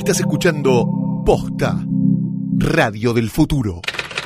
Estás escuchando Posta, Radio del Futuro.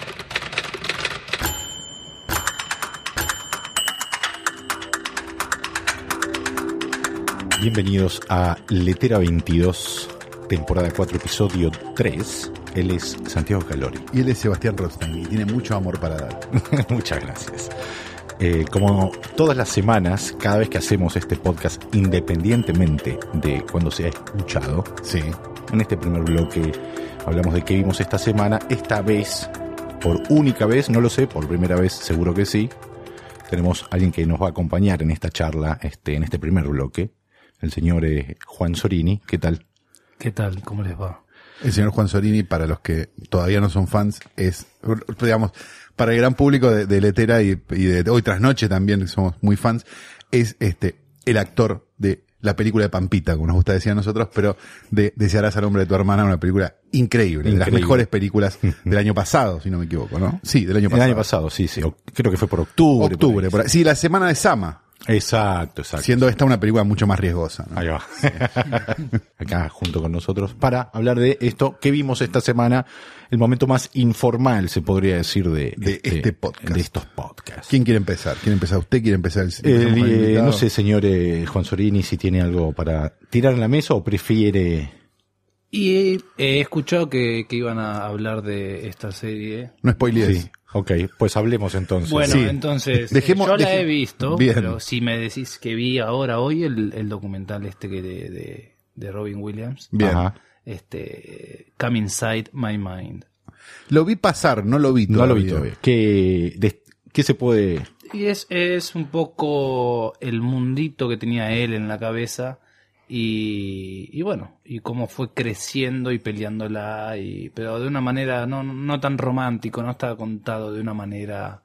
Bienvenidos a Letera 22, temporada 4, episodio 3. Él es Santiago Calori. Y él es Sebastián Rothstein y tiene mucho amor para dar. Muchas gracias. Como todas las semanas, cada vez que hacemos este podcast, independientemente de cuando se ha escuchado, Sí. en este primer bloque hablamos de qué vimos esta semana. Esta vez, por única vez, no lo sé, por primera vez seguro que sí, tenemos a alguien que nos va a acompañar en esta charla, en este primer bloque, el señor Juan Sorini. ¿Qué tal? ¿Qué tal? ¿Cómo les va? El señor Juan Sorini, para los que todavía no son fans, es, digamos, para el gran público de Letera y de Hoy Tras Noche también, que somos muy fans, es el actor de la película de Pampita, como nos gusta decir a nosotros, pero de Desearás al hombre de tu hermana, una película increíble, de las mejores películas del año pasado, si no me equivoco, ¿no? Sí, del año pasado. El año pasado, sí. Creo que fue por octubre. Por ahí. Sí, la semana de Sama. Exacto. Siendo esta una película mucho más riesgosa, ¿no? Ahí va. Acá junto con nosotros para hablar de esto que vimos esta semana, el momento más informal, se podría decir, de este podcast. De estos podcasts. ¿Quién quiere empezar? ¿Quiere empezar usted? ¿Quiere empezar No sé, señor Juan Sorini, si tiene algo para tirar en la mesa o prefiere... Y he escuchado que iban a hablar de esta serie. No spoilees. Sí. Ok, pues hablemos entonces. Bueno, Sí. Entonces, yo la he visto, Bien. pero si me decís que vi hoy el documental de Robin Williams, Bien. Ajá. Come Inside My Mind. Lo vi pasar, no lo vi No todavía. lo vi todavía. ¿Qué se puede...? Y es un poco el mundito que tenía él en la cabeza y bueno, y cómo fue creciendo y peleándola, pero de una manera no tan romántico, no está contado de una manera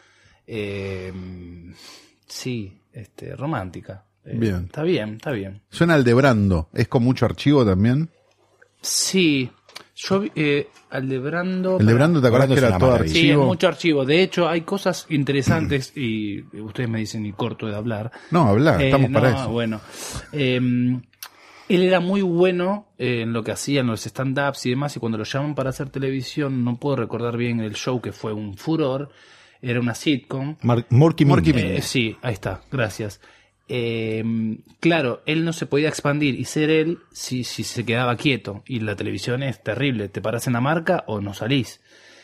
romántica. Bien. Está bien. Suena al de Brando. ¿Es con mucho archivo también? Sí, yo vi al de Brando. El de Brando, ¿te acordás Brando que es era una todo maravilla. Sí, es archivo? mucho archivo. De hecho, hay cosas interesantes y ustedes me dicen y corto de hablar. No, habla, estamos para eso. Bueno, él era muy bueno en lo que hacía en los stand-ups y demás, y cuando lo llaman para hacer televisión, no puedo recordar bien el show que fue un furor, era una sitcom. Morky Morky Mindy. Mindy. Sí, ahí está, gracias. Claro, él no se podía expandir y ser él si se quedaba quieto, y la televisión es terrible, te paras en la marca o no salís.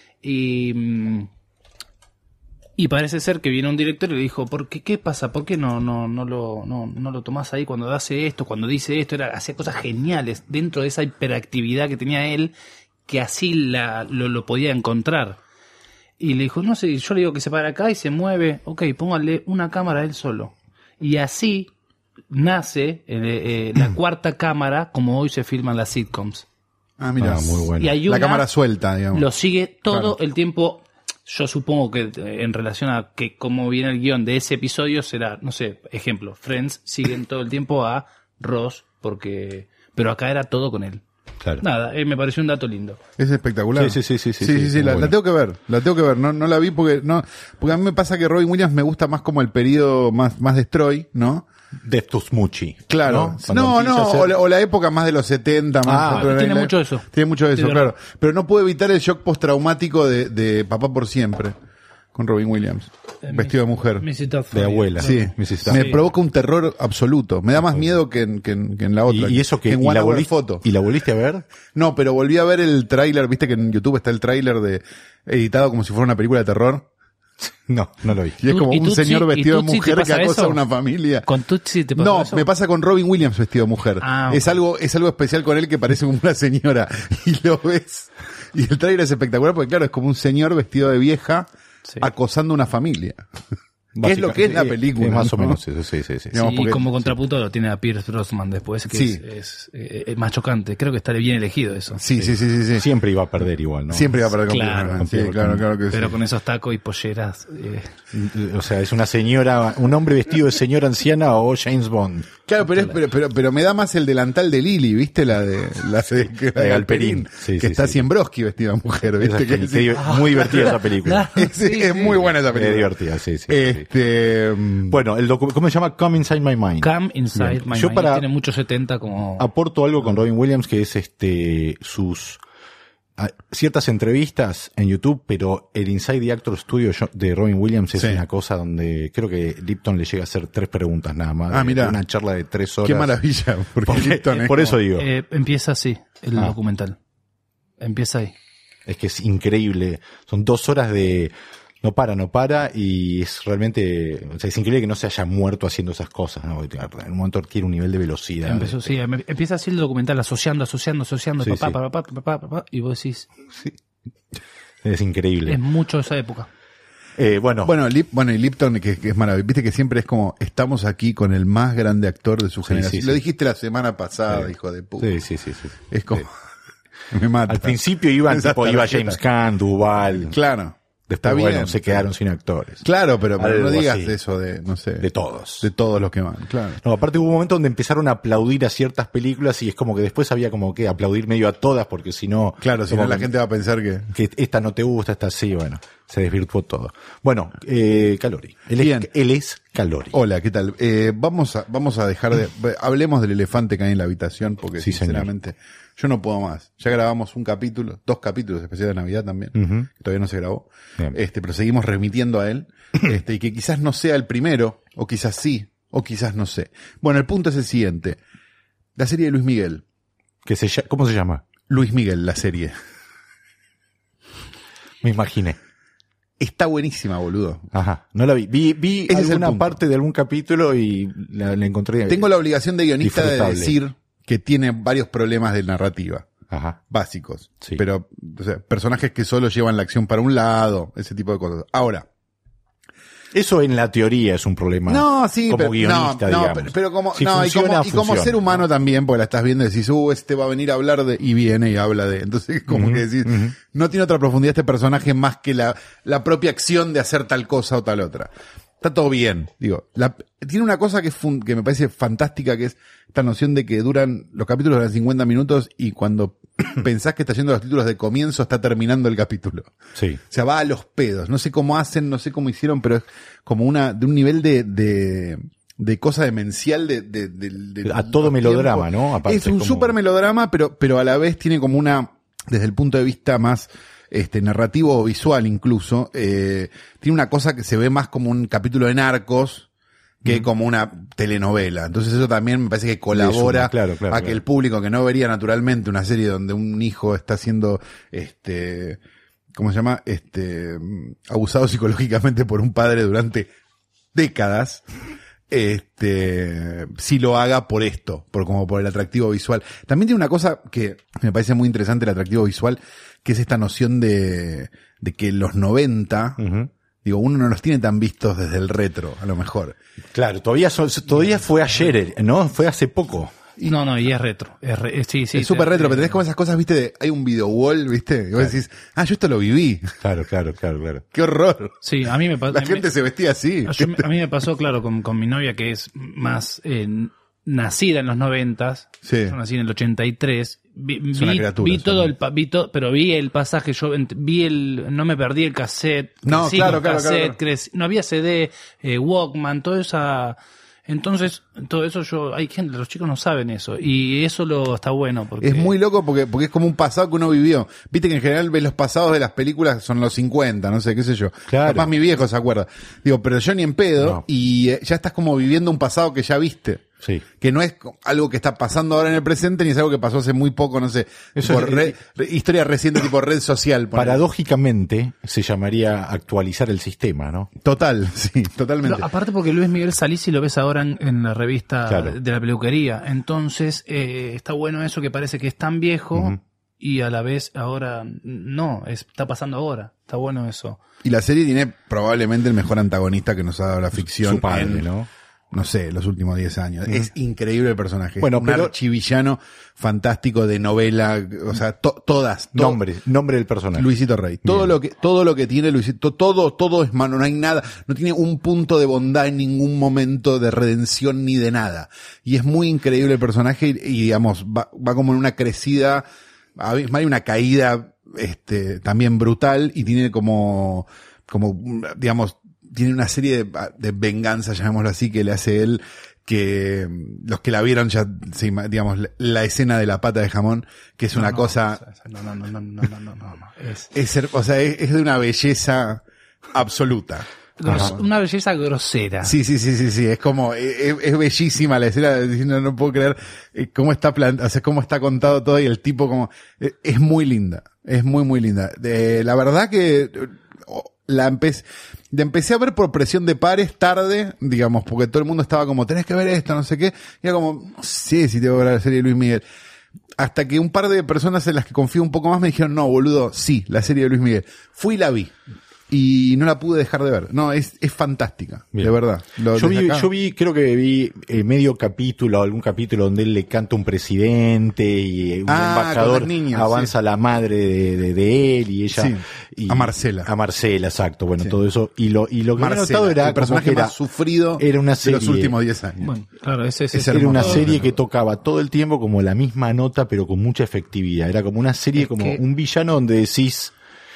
Y parece ser que viene un director y le dijo, ¿qué pasa? ¿Por qué no lo tomás ahí cuando hace esto, cuando dice esto? Hacía cosas geniales dentro de esa hiperactividad que tenía él, que así lo podía encontrar. Y le dijo, no sé, yo le digo que se para acá y se mueve, ok, póngale una cámara a él solo. Y así nace la cuarta cámara, como hoy se filman las sitcoms. Ah, mira. muy bueno. Y hay La una, cámara suelta, digamos. lo sigue todo Claro. el tiempo. Yo supongo que en relación a que cómo viene el guión de ese episodio será, no sé, ejemplo, Friends siguen todo el tiempo a Ross, pero acá era todo con él. Claro. Nada, me pareció un dato lindo. Es espectacular. Sí, Sí, muy la bueno. tengo que ver. No la vi porque a mí me pasa que Robin Williams me gusta más como el periodo más Destroy, ¿no? De Tusmuchi. Claro. Cuando No, empieza a hacer- o la época más de los 70, más tiene mucho de eso. Tiene mucho de eso, Tiene claro. razón. Pero no puedo evitar el shock postraumático de Papá por Siempre con Robin Williams, vestido de mujer. De abuela. Sí, Mrs. me Taffer. provoca un terror absoluto. Me da más miedo que en la otra. Y eso que en y One la Hour volviste, Photo. ¿Y la volviste a ver? No, pero volví a ver el tráiler, viste que en YouTube está el tráiler editado como si fuera una película de terror. No lo vi. Y es como ¿Y un Tutsi? señor vestido ¿Y de Tutsi te mujer que pasa acosa eso? a una familia. ¿Con Tutsi te pasó No, eso? me pasa con Robin Williams vestido de mujer. Ah, Es ok. algo especial con él que parece como una señora. Y lo ves. Y el tráiler es espectacular porque claro, es como un señor vestido de vieja Sí. acosando a una familia. ¿Qué es lo que es la película? Es más o ¿no? menos eso, sí. Digamos, Sí, porque- como contrapunto lo tiene a Pierce Brosnan después, que Sí. es más chocante. Creo que está bien elegido eso. Sí. Siempre iba a perder igual, ¿no? Siempre iba a perder con Claro, Pierce Brosnan. Sí, con- claro que Pero sí. con esos tacos y polleras. O sea, es una señora, un hombre vestido de señora anciana o James Bond. Claro, pero me da más el delantal de Lili, ¿viste? La de Galperín, Sí, que sí, está sí. Siembroski vestida de mujer, ¿viste? Muy divertida esa película. Es muy buena esa película. Es divertida, sí. Bueno, Bueno, ¿cómo se llama? Come Inside My Mind. Come Inside Bien. My Yo Mind. para- Tiene mucho 70 como... Aporto algo con Robin Williams, que es sus ciertas entrevistas en YouTube, pero el Inside the Actor Studio de Robin Williams es Sí. una cosa donde creo que Lipton le llega a hacer 3 preguntas nada más. Ah, mirá. Una charla de 3 horas. qué maravilla, porque Lipton es Por eso como- digo, empieza así, el documental. Empieza ahí. es que es increíble. Son 2 horas de no para, y es realmente, o sea, es increíble que no se haya muerto haciendo esas cosas, ¿no? En un momento adquiere un nivel de velocidad. Empezó, sí, empieza así el documental, asociando, Sí, papá, y vos decís, Es increíble. es mucho esa época. Bueno, y Lipton, que es maravilloso. Viste que siempre es como, estamos aquí con el más grande actor de su generación. sí, Lo sí. dijiste la semana pasada, Sí. hijo de puta. Sí. Es como, me mata. Al principio iba Esa James tarjeta. Caan, Duval. Claro. Después, Está bueno, bien. se quedaron sin actores. Claro, pero no Algo digas así. de eso de, no sé. De todos. De todos los que van, claro. No, aparte hubo un momento donde empezaron a aplaudir a ciertas películas y es como que después había como que aplaudir medio a todas porque si no... Claro, si como no la que- gente va a pensar que... que esta no te gusta, esta sí, bueno, se desvirtuó todo. Bueno, Calori. Bien. Él es Calori. Hola, ¿qué tal? Vamos a dejar de... Hablemos del elefante que hay en la habitación porque Sí, sinceramente yo no puedo más. Ya grabamos 2 capítulos especiales de Navidad también, Ujú. que todavía no se grabó. Bien. Pero seguimos remitiendo a él. Y que quizás no sea el primero, o quizás sí, o quizás no sé. Bueno, el punto es el siguiente. La serie de Luis Miguel. ¿Cómo se llama? Luis Miguel, la serie. Me imaginé. Está buenísima, boludo. Ajá, no la vi. Vi Ese es el alguna punto. parte de algún capítulo y la encontré. Tengo la obligación de guionista de Disfrutable. decir que tiene varios problemas de narrativa. Ajá. Básicos. Sí. Pero, o sea, personajes que solo llevan la acción para un lado, ese tipo de cosas. Ahora. Eso en la teoría es un problema. No, sí, como pero, guionista, no, digamos. pero como, Si no, funciona, y como funciona. ser humano también, porque la estás viendo y decís, este va a venir a hablar de, y viene y habla de, entonces como que decís, no tiene otra profundidad este personaje más que la propia acción de hacer tal cosa o tal otra. Está todo bien, digo, tiene una cosa que me parece fantástica, que es esta noción de que los capítulos duran 50 minutos y cuando pensás que está yendo los títulos de comienzo, está terminando el capítulo. Sí. O sea, va a los pedos. No sé cómo hacen, no sé cómo hicieron, pero es como de un nivel de cosa demencial de A todo los melodrama, tiempos. ¿no? Aparte, es un como- súper melodrama, pero a la vez tiene como desde el punto de vista más narrativo o visual incluso, tiene una cosa que se ve más como un capítulo de Narcos que como una telenovela. Entonces eso también me parece que colabora Le suma, claro, a que claro. el público que no vería naturalmente una serie donde un hijo está siendo ¿cómo se llama? Abusado psicológicamente por un padre durante décadas, si lo haga por esto, como por el atractivo visual. También tiene una cosa que me parece muy interesante, el atractivo visual, que es esta noción de que los 90, Ujú. digo, uno no los tiene tan vistos desde el retro, a lo mejor. Claro, todavía fue ayer, ¿no? Fue hace poco. No, y es retro. Sí. es súper retro, pero tenés como esas cosas, viste, hay un video wall, viste, y vos decís, yo esto lo viví. Claro. ¡Qué horror! Sí, a mí me pasó. La gente se vestía así. A mí me pasó, claro, con mi novia que es más nacida en los 90s. Sí. Yo nací en el 83. Es una criatura, vi todo son- pero vi el pasaje, no me perdí el cassette. No, crecí claro, con claro, cassette, claro. no había CD, Walkman, toda esa. Entonces, todo eso hay gente, los chicos no saben eso. Y eso está bueno porque. Es muy loco porque es como un pasado que uno vivió. Viste que en general ves los pasados de las películas son los 50, no sé, qué sé yo. Claro. Capaz mi viejo se acuerda. Digo, pero yo ni en pedo No. y ya estás como viviendo un pasado que ya viste. Sí. Que no es algo que está pasando ahora en el presente ni es algo que pasó hace muy poco, no sé. Eso Tipo es- historia reciente tipo red social. ponele. Paradójicamente se llamaría actualizar el sistema, ¿no? Total, sí, totalmente. Pero aparte porque Luis Miguel salís y lo ves ahora en la revista Claro. de la peluquería. Entonces, está bueno eso que parece que es tan viejo Ujú. y a la vez ahora no, está pasando ahora. Está bueno eso. Y la serie tiene probablemente el mejor antagonista que nos ha dado la ficción. Su padre, ¿no? no sé, los últimos 10 años. Es increíble el personaje. Bueno, un pero archivillano fantástico de novela, o sea, todas. Nombre del personaje. Luisito Rey. Todo lo que tiene Luisito, todo es malo, no hay nada, no tiene un punto de bondad en ningún momento de redención ni de nada. Y es muy increíble el personaje y digamos, va como en una crecida, hay una caída, también brutal y tiene como, digamos, tiene una serie de venganzas, llamémoslo así, que le hace él, que los que la vieron ya, digamos, la escena de la pata de jamón, que es una cosa... No. Es de una belleza absoluta. Una belleza grosera. Sí, es como, es bellísima la escena, diciendo, no puedo creer cómo está cómo está contado todo y el tipo como, es muy linda, es muy linda. La verdad que la empecé a ver por presión de pares tarde, digamos, porque todo el mundo estaba como, tenés que ver esto, no sé qué, y era como, no sé si tengo que ver la serie de Luis Miguel. Hasta que un par de personas en las que confío un poco más me dijeron, no, boludo, sí, la serie de Luis Miguel. Fui y la vi. Y no la pude dejar de ver. No, es fantástica. Bien. De verdad. Yo vi, creo que vi medio capítulo, algún capítulo donde él le canta un presidente y un embajador avanza la madre de él y ella. Sí. Y a Marcela, exacto. Bueno, sí. Todo eso. Y lo que Marcela, me he notado era el personaje más sufrido era una serie, de los últimos 10 años. Bueno, claro, era una serie que tocaba todo el tiempo como la misma nota, pero con mucha efectividad. Era como una serie, como un villano donde decís,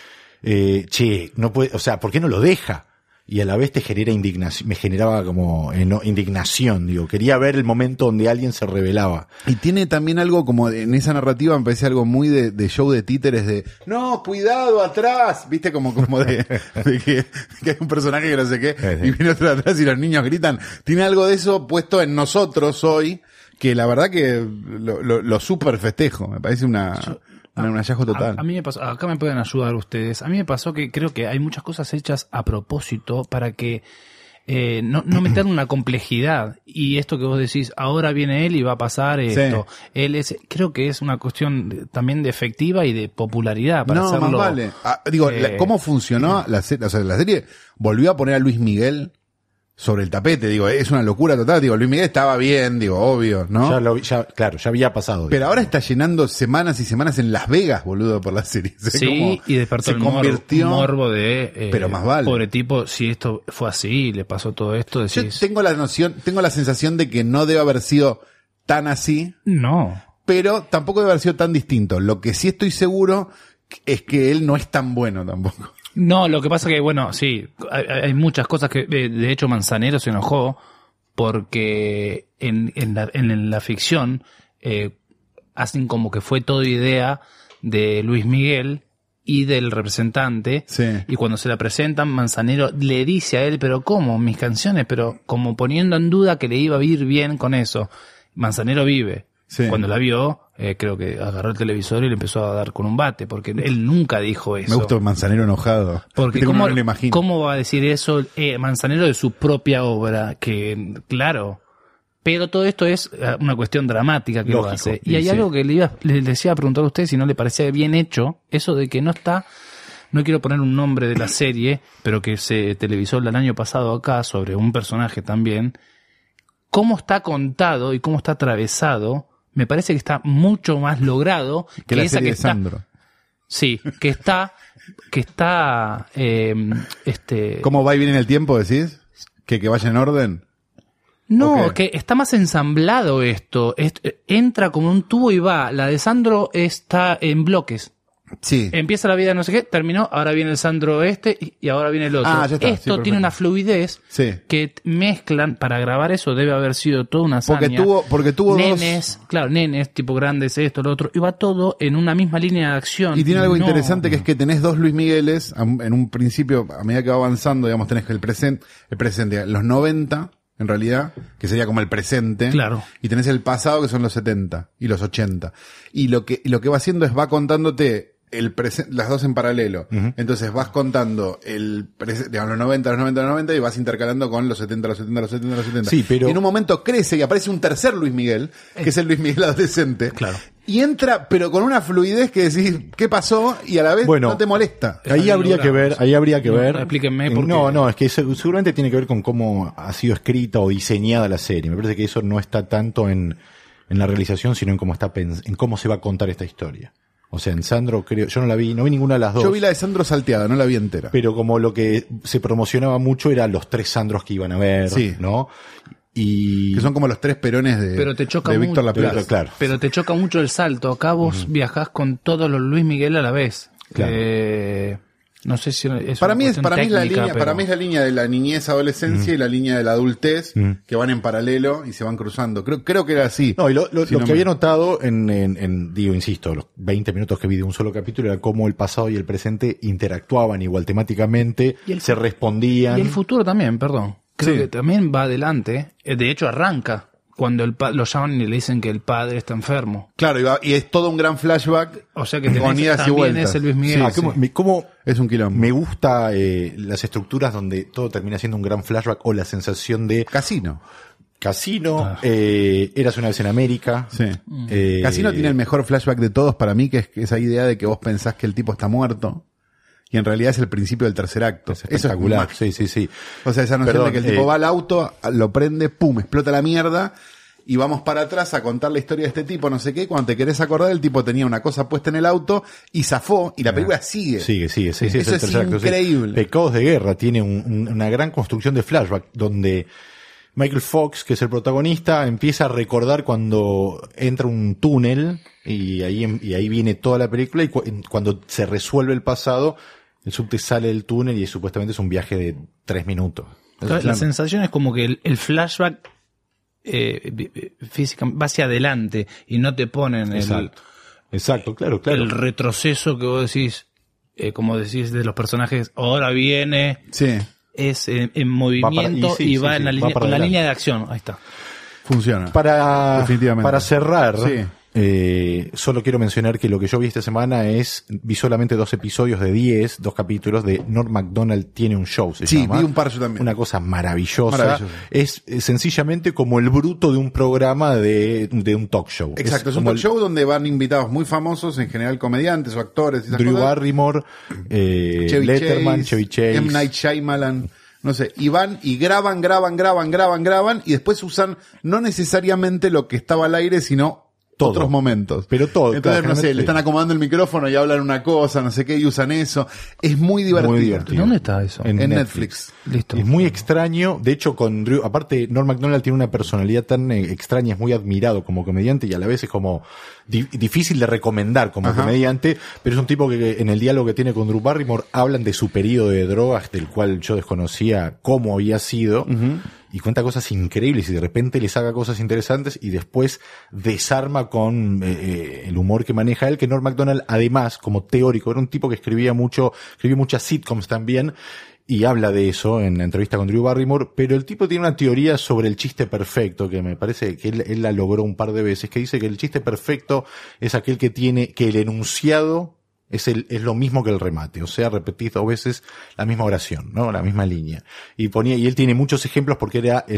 no puede, o sea, ¿por qué no lo deja? Y a la vez te genera indignación, me generaba como indignación, digo, quería ver el momento donde alguien se rebelaba. Y tiene también algo como en esa narrativa, me parece algo muy de show de títeres de, no, cuidado atrás, viste, como de que hay un personaje que no sé qué, y viene otro atrás y los niños gritan. Tiene algo de eso puesto en nosotros hoy, que la verdad que lo super festejo, me parece un hallazgo total. A mí me pasó, acá me pueden ayudar ustedes. A mí me pasó que creo que hay muchas cosas hechas a propósito para que no meter una complejidad. Y esto que vos decís, ahora viene él y va a pasar esto. Sí. Creo que es una cuestión también de efectiva y de popularidad para hacerlo. Más vale. ¿Cómo funcionó la serie? O sea, la serie volvió a poner a Luis Miguel sobre el tapete, digo, es una locura total, digo, Luis Miguel estaba bien, digo, obvio, ¿no? Ya había pasado. Pero ahora está llenando semanas y semanas en Las Vegas, boludo, por la serie. Sí, y despertó el morbo de, pero más vale. Pobre tipo, si esto fue así y le pasó todo esto, decís... Yo tengo la sensación de que no debe haber sido tan así. No. Pero tampoco debe haber sido tan distinto. Lo que sí estoy seguro es que él no es tan bueno tampoco. No, lo que pasa que, bueno, sí, hay muchas cosas que, de hecho, Manzanero se enojó porque en la ficción hacen como que fue todo idea de Luis Miguel y del representante, sí. Y cuando se la presentan, Manzanero le dice a él, pero ¿cómo? Mis canciones, pero como poniendo en duda que le iba a ir bien con eso. Manzanero vive. Sí. Cuando la vio, creo que agarró el televisor y le empezó a dar con un bate, porque él nunca dijo eso. Me gusta el Manzanero enojado. Porque ¿cómo va a decir eso Manzanero de su propia obra? Que, claro, pero todo esto es una cuestión dramática que lógico, lo hace. Y hay algo que le decía a preguntar a usted si no le parecía bien hecho, eso de que no está... No quiero poner un nombre de la serie, pero que se televisó el año pasado acá sobre un personaje también. Cómo está contado y cómo está atravesado... Me parece que está mucho más logrado que la esa serie que de Sandro. Sí, que está ¿Cómo va y viene en el tiempo, decís? ¿Que vaya en orden? No, Okay. que está más ensamblado esto. Entra como un tubo y va. La de Sandro está en bloques. Sí. Empieza la vida no sé qué, terminó, ahora viene el Sandro y ahora viene el otro. Ya está, esto sí, tiene una fluidez que mezclan, para grabar eso debe haber sido toda una hazaña. Porque tuvo nenes, claro, nenes, tipo grandes, esto, lo otro, y va todo en una misma línea de acción. Y tiene algo interesante que es que tenés dos Luis Migueles, en un principio, a medida que va avanzando, digamos, tenés que el presente, los 90, en realidad, que sería como el presente. Claro. Y tenés el pasado, que son los 70 y los 80. Y lo que va haciendo es va contándote las dos en paralelo. Uh-huh. Entonces vas contando digamos, los 90 y vas intercalando con los 70, los 70, los 70, los 70. Sí, pero... Y en un momento crece y aparece un tercer Luis Miguel, que es el Luis Miguel adolescente. Claro. Y entra, pero con una fluidez que decís, ¿qué pasó? Y a la vez Bueno, no te molesta. Ahí habría que ver, Explíquenme por qué. No, es que seguramente tiene que ver con cómo ha sido escrita o diseñada la serie. Me parece que eso no está tanto en la realización, sino en cómo en cómo se va a contar esta historia. O sea, en Sandro creo, yo no vi ninguna de las dos. Yo vi la de Sandro salteada, no la vi entera. Pero como lo que se promocionaba mucho eran los 3 Sandros que iban a ver, Sí. ¿no? Y Que son como los 3 Perones Pero te choca de Víctor mucho, Laplace. claro. Pero te choca mucho el salto. Acá vos viajás con todos los Luis Miguel a la vez. Claro. No sé si es Para una mí es cuestión técnica, la línea, pero- para mí es la línea de la niñez, adolescencia y la línea de la adultez que van en paralelo y se van cruzando. Creo que era así. No, y lo Si no que me- había notado digo, insisto, los 20 minutos que vi de un solo capítulo era cómo el pasado y el presente interactuaban igual temáticamente, Y el se respondían. Y el futuro también, perdón. Creo Sí. que también va adelante. De hecho, arranca cuando lo llaman y le dicen que el padre está enfermo. Claro, y es todo un gran flashback. O sea que Con idas y también vueltas. es el Luis Miguel. Sí, ¿Cómo Es un quilombo. me gusta las estructuras donde todo termina siendo un gran flashback o la sensación de Casino. Casino, Eras una vez en América. Sí. eh, Casino tiene el mejor flashback de todos para mí, que es esa idea de que vos pensás que el tipo está muerto y en realidad es el principio del tercer acto. Es Eso es espectacular. mágico. Sí. O sea, esa noción Perdón, de que el tipo va al auto, lo prende, pum, explota la mierda y vamos para atrás a contar la historia de este tipo, no sé qué. Cuando te querés acordar, el tipo tenía una cosa puesta en el auto y zafó y la película sigue. Sigue, sí, Eso el es tercer acto, sí. increíble. Pecados de Guerra tiene una gran construcción de flashback donde Michael Fox, que es el protagonista, empieza a recordar cuando entra un túnel y ahí viene toda la película y cuando se resuelve el pasado, el subte sale del túnel y supuestamente es un viaje de 3 minutos. La sensación es como que el flashback física va hacia adelante y no te ponen Exacto, claro. el retroceso que vos decís, como decís de los personajes, ahora viene, Sí, es en movimiento y sí, va sí, en la sí, línea, va para con la adelante. línea de acción. Ahí está. funciona. Para cerrar, Sí. solo quiero mencionar que lo que yo vi esta semana vi solamente 2 episodios de 10, 2 capítulos de Norm Macdonald tiene un show, se Sí, llama. vi un par yo también. Una cosa maravillosa. Maravilloso. Es sencillamente como el bruto de un programa de un talk show. Exacto, es un como talk show donde van invitados muy famosos, en general comediantes o actores. Y esas Drew cosas. Barrymore, Chevy Letterman, Chevy Chase. M. Night Shyamalan, no sé, y van y graban, y después usan no necesariamente lo que estaba al aire, sino Todo. otros momentos. Pero todo, Entonces, claro, no sé, le sí. están acomodando el micrófono y hablan una cosa, no sé qué, y usan eso. Es muy divertido. Muy divertido. ¿Dónde está eso? En Netflix. Listo. Es muy extraño, de hecho con Drew, aparte Norm Macdonald tiene una personalidad tan extraña, es muy admirado como comediante y a la vez es como difícil de recomendar como Ajá. comediante, pero es un tipo que en el diálogo que tiene con Drew Barrymore hablan de su periodo de drogas, del cual yo desconocía cómo había sido, y cuenta cosas increíbles y de repente le saca cosas interesantes y después desarma con el humor que maneja él, que Norm Macdonald además como teórico era un tipo que escribió muchas sitcoms también y habla de eso en la entrevista con Drew Barrymore, pero el tipo tiene una teoría sobre el chiste perfecto que me parece que él la logró un par de veces, que dice que el chiste perfecto es aquel que el enunciado es lo mismo que el remate, o sea, repetís 2 veces la misma oración, ¿no? La misma línea. Y él tiene muchos ejemplos porque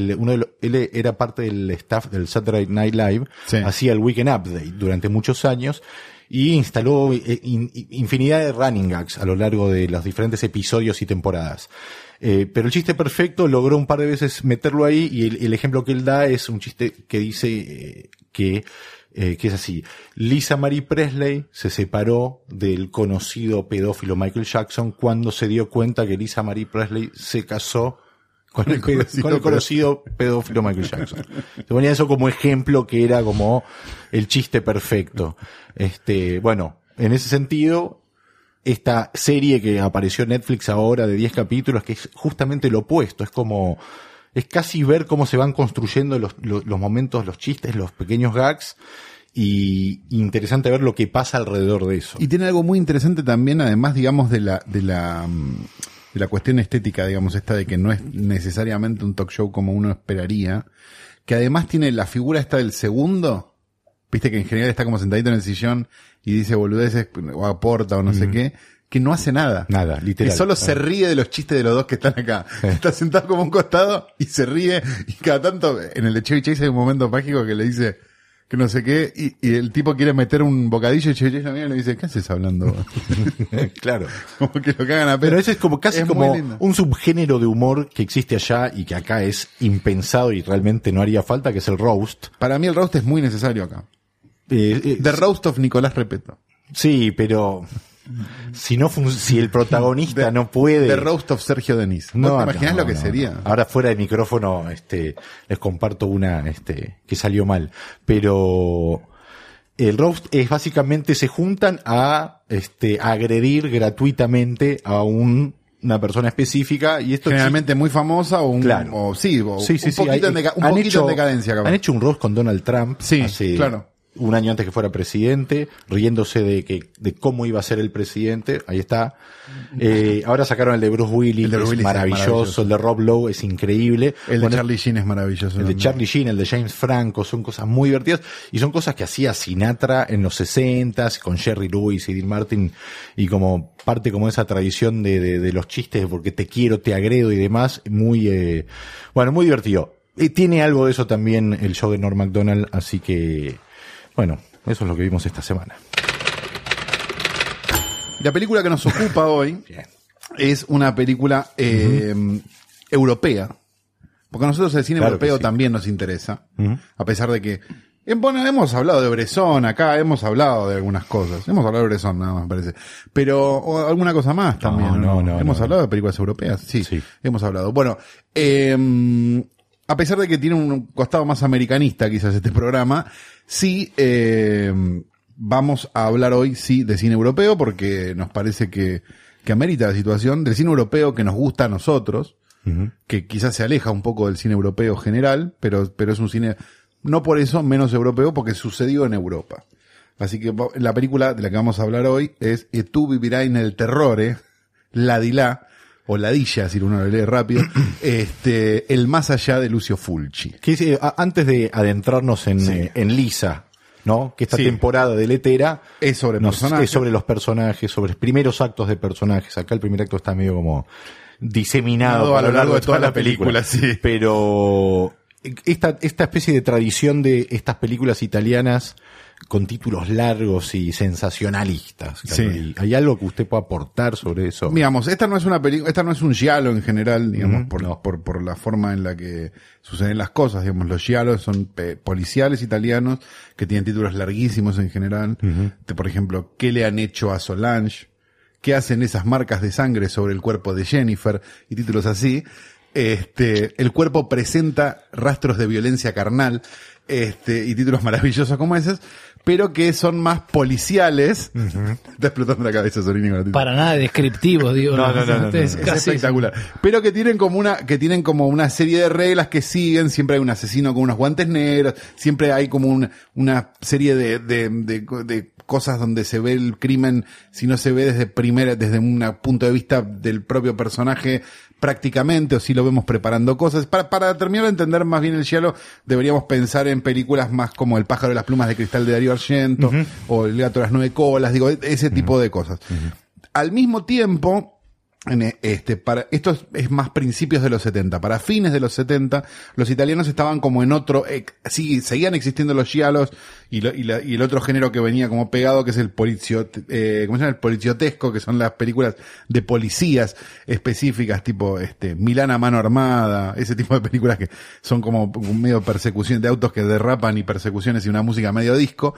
él era parte del staff del Saturday Night Live, Sí. hacía el Weekend Update durante muchos años y instaló infinidad de running gags a lo largo de los diferentes episodios y temporadas. Pero el chiste perfecto logró un par de veces meterlo ahí y el ejemplo que él da es un chiste que dice que es así. Lisa Marie Presley se separó del conocido pedófilo Michael Jackson cuando se dio cuenta que Lisa Marie Presley se casó con el conocido pedófilo Michael Jackson. Se ponía eso como ejemplo que era como el chiste perfecto. Bueno, en ese sentido, esta serie que apareció en Netflix ahora de 10 capítulos, que es justamente lo opuesto, es casi ver cómo se van construyendo los momentos, los chistes, los pequeños gags, y interesante ver lo que pasa alrededor de eso. Y tiene algo muy interesante también, además, digamos, de la cuestión estética, digamos, esta de que no es necesariamente un talk show como uno esperaría, que además tiene la figura esta del segundo, viste que en general está como sentadito en el sillón y dice boludeces, o aporta, o no sé qué, que no hace nada. Nada, literal. Que solo se ríe de los chistes de los dos que están acá. Está sentado como a un costado y se ríe, y cada tanto, en el de Chevy Chase hay un momento mágico que le dice, que no sé qué, y el tipo quiere meter un bocadillo y Chevy Chase lo mira y le dice, ¿qué haces hablando? Claro. Como que lo cagan a Pero pedo. ese es como casi Es como muy lindo. un subgénero de humor que existe allá y que acá es impensado y realmente no haría falta, que es el roast. Para mí el roast es muy necesario acá. The Roast of Nicolás Repetto. Sí, pero si el protagonista no puede. The Roast of Sergio Denis. ¿Vos te imaginás lo que sería? Ahora fuera de micrófono, les comparto una, que salió mal. Pero el roast es básicamente se juntan a, agredir gratuitamente a una persona específica y esto Generalmente muy famosa o un, Claro. o sí, o Sí, un poquito, hay- un han poquito hecho- en decadencia, capaz. Han hecho un roast con Donald Trump Sí, hace claro. un año antes que fuera presidente, riéndose de cómo iba a ser el presidente. Ahí está. Ahora sacaron el de Bruce Willis, El de Bruce es Willis es maravilloso. maravilloso. El de Rob Lowe es increíble. El de Bueno, Charlie Sheen es maravilloso. el de Charlie Sheen, el de James Franco, son cosas muy divertidas y son cosas que hacía Sinatra en los 60s con Jerry Lewis y Dean Martin y como parte como esa tradición de los chistes de porque te quiero, te agredo y demás, muy, muy divertido. Y tiene algo de eso también el show de Norm Macdonald, así que, bueno, eso es lo que vimos esta semana. La película que nos ocupa hoy Bien. es una película europea. Porque a nosotros el cine Claro europeo que sí. también nos interesa. Ujú. A pesar de que... Bueno, hemos hablado de Bresson acá, hemos hablado de algunas cosas. Hemos hablado de Bresson, nada más, parece. Pero o alguna cosa más también. No. Hemos hablado de películas europeas. Sí, Sí. hemos hablado. Bueno, a pesar de que tiene un costado más americanista quizás este programa, sí vamos a hablar hoy sí de cine europeo porque nos parece que amerita la situación del cine europeo que nos gusta a nosotros, que quizás se aleja un poco del cine europeo general, pero es un cine no por eso menos europeo porque sucedió en Europa. Así que la película de la que vamos a hablar hoy es E tu vivirai nel terrore, Ladilà, o Ladilla, si uno lo lee rápido, El más allá de Lucio Fulci. Que antes de adentrarnos en Lisa, ¿no? Que esta Sí. temporada de Letera Es sobre personajes. es sobre los personajes, sobre los primeros actos de personajes. Acá el primer acto está medio como diseminado A lo largo de toda la película, sí. Pero esta especie de tradición de estas películas italianas con títulos largos y sensacionalistas. Sí. ¿Hay algo que usted pueda aportar sobre eso? Digamos, esta no es una película, esta no es un giallo en general, digamos, No. por la forma en la que suceden las cosas, digamos, los giallos son policiales italianos que tienen títulos larguísimos en general. Por ejemplo, ¿qué le han hecho a Solange? ¿Qué hacen esas marcas de sangre sobre el cuerpo de Jennifer? Y títulos así. El cuerpo presenta rastros de violencia carnal, y títulos maravillosos como esos, pero que son más policiales. Está explotando la cabeza, Solini, con el título. Para nada descriptivo, digo. No. Es Es casi espectacular. Pero que tienen como una serie de reglas que siguen. Siempre hay un asesino con unos guantes negros. Siempre hay como una serie de cosas donde se ve el crimen, si no se ve desde un punto de vista del propio personaje prácticamente, o si lo vemos preparando cosas. Para terminar de entender más bien el giallo, deberíamos pensar en películas más como El pájaro de las plumas de cristal de Darío Argento, o El gato de las 9 colas, digo, ese tipo de cosas. Al mismo tiempo, esto es más principios de los 70. Para fines de los 70, los italianos estaban como en otro, sí, seguían existiendo los giallos y el otro género que venía como pegado, que es el ¿cómo se llama? El poliziotesco, que son las películas de policías específicas, tipo, Milán a mano armada, ese tipo de películas que son como medio persecución de autos que derrapan y persecuciones y una música medio disco.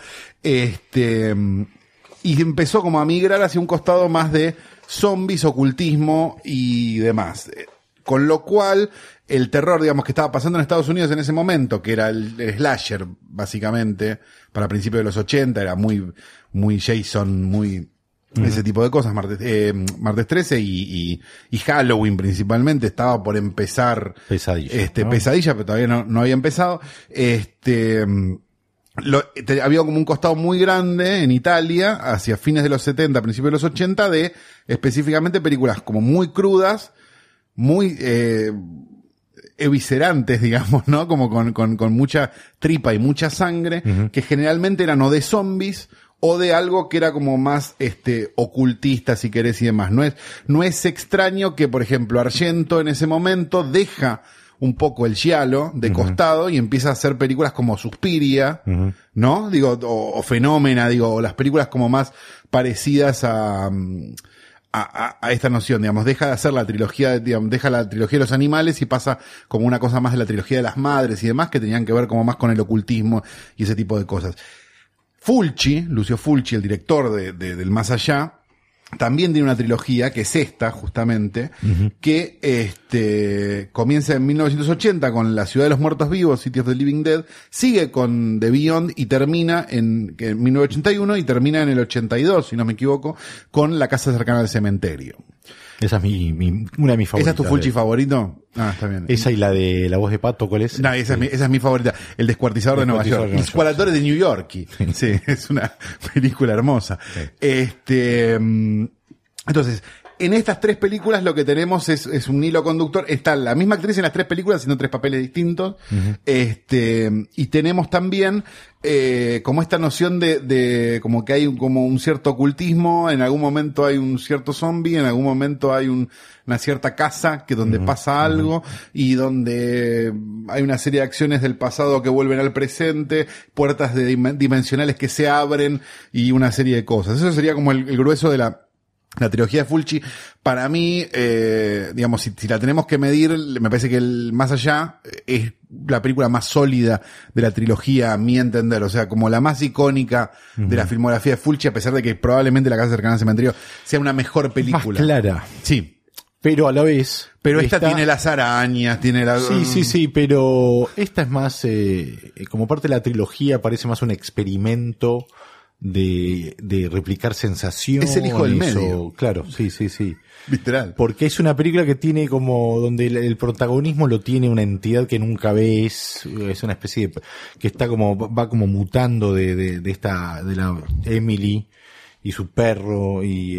Y empezó como a migrar hacia un costado más de zombies, ocultismo y demás. Con lo cual, el terror, digamos, que estaba pasando en Estados Unidos en ese momento, que era el slasher, básicamente, para principios de los 80, era muy Jason, muy ese tipo de cosas, Martes 13 y Halloween principalmente, estaba por empezar Pesadilla, ¿no? Pesadilla, pero todavía no había empezado. Había como un costado muy grande en Italia, hacia fines de los 70, principios de los 80, de específicamente películas como muy crudas, muy eviscerantes, digamos, ¿no? Como con mucha tripa y mucha sangre, que generalmente eran o de zombies o de algo que era como más ocultista, si querés, y demás. No es extraño que, por ejemplo, Argento en ese momento deja un poco el giallo de costado y empieza a hacer películas como Suspiria, ¿no? Digo, o Fenómena, digo, o las películas como más parecidas a esta noción, digamos, deja de hacer la trilogía, digamos, deja la trilogía de los animales y pasa como una cosa más de la trilogía de las madres y demás, que tenían que ver como más con el ocultismo y ese tipo de cosas. Lucio Fulci, el director del Más Allá, también tiene una trilogía, que es esta, justamente, que comienza en 1980 con La Ciudad de los Muertos Vivos, City of the Living Dead, sigue con The Beyond y termina en 1981 y termina en el 82, si no me equivoco, con La Casa Cercana al Cementerio. Esa es una de mis favoritas. ¿Esa es tu Fulci favorito? Ah, está bien. Esa y la de La Voz de Pato, ¿cuál es? No, esa es mi favorita. El Descuartizador de Nueva York. Los Escualadores de New York. Sí, es una película hermosa. Sí. Entonces, en estas tres películas lo que tenemos es un hilo conductor. Está la misma actriz en las tres películas haciendo tres papeles distintos. Y tenemos también como esta noción de como que hay como un cierto ocultismo, en algún momento hay un cierto zombie, en algún momento hay una cierta casa que donde pasa algo y donde hay una serie de acciones del pasado que vuelven al presente, puertas dimensionales que se abren y una serie de cosas. Eso sería como el grueso de la trilogía de Fulci. Para mí, digamos, si la tenemos que medir, me parece que el Más Allá es la película más sólida de la trilogía, a mi entender. O sea, como la más icónica de la filmografía de Fulci, a pesar de que probablemente La Casa Cercana al Cementerio sea una mejor película. Más clara. Sí. Pero a la vez... Pero esta tiene las arañas, tiene la... Sí, pero esta es más, como parte de la trilogía, parece más un experimento de replicar sensaciones. Es el hijo del medio. Claro, sí. Literal. Porque es una película que tiene como, donde el protagonismo lo tiene una entidad que nunca ves, es una especie de, que está como, va como mutando de la Emily y su perro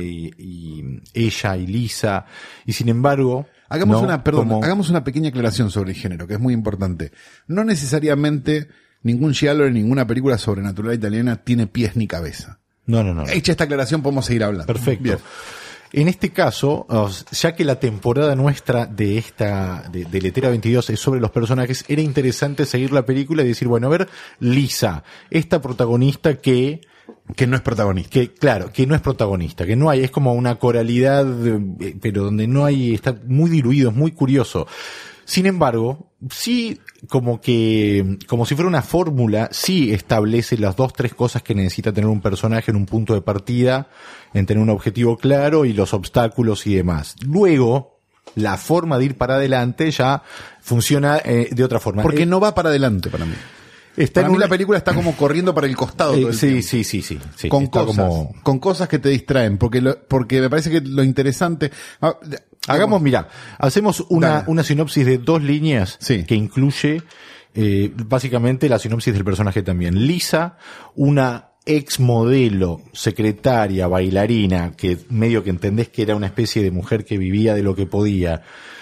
y ella y Lisa, y sin embargo, hagamos una pequeña aclaración sobre el género, que es muy importante. No necesariamente ningún giallo en ninguna película sobrenatural italiana tiene pies ni cabeza. No. Hecha esta aclaración podemos seguir hablando. Perfecto. Bien. En este caso, ya que la temporada nuestra de Letera 22 es sobre los personajes, era interesante seguir la película y decir, bueno, a ver, Lisa, esta protagonista que no es protagonista. Que no es protagonista, que no hay, es como una coralidad, pero donde no hay, está muy diluido, es muy curioso. Sin embargo, sí, como si fuera una fórmula, sí establece las 2-3 cosas que necesita tener un personaje en un punto de partida, en tener un objetivo claro y los obstáculos y demás. Luego, la forma de ir para adelante ya funciona de otra forma. Porque no va para adelante para mí. Para mí la película está como corriendo para el costado todo el tiempo. Sí. Con cosas que te distraen, porque me parece que lo interesante... hacemos una sinopsis de 2 líneas que incluye básicamente la sinopsis del personaje también. Lisa, una ex modelo, secretaria, bailarina, que medio que entendés que era una especie de mujer que vivía de lo que podía,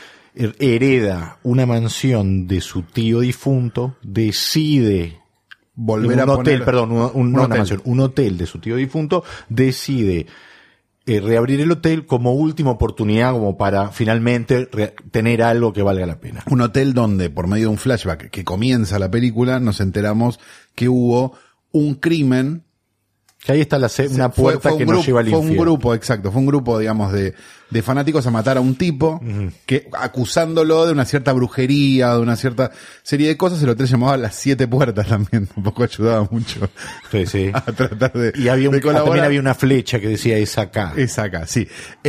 hereda una mansión de su tío difunto, decide volver a poner un hotel de su tío difunto, decide reabrir el hotel como última oportunidad, como para finalmente tener algo que valga la pena. Un hotel donde, por medio de un flashback que comienza la película, nos enteramos que hubo un crimen. Que ahí está una puerta que nos lleva al infierno. Fue un grupo, digamos, de fanáticos a matar a un tipo, que acusándolo de una cierta brujería, de una cierta serie de cosas. El hotel llamaba Las 7 Puertas también, un poco ayudaba mucho. Sí. A tratar de y también había una flecha que decía es acá. Es acá, sí.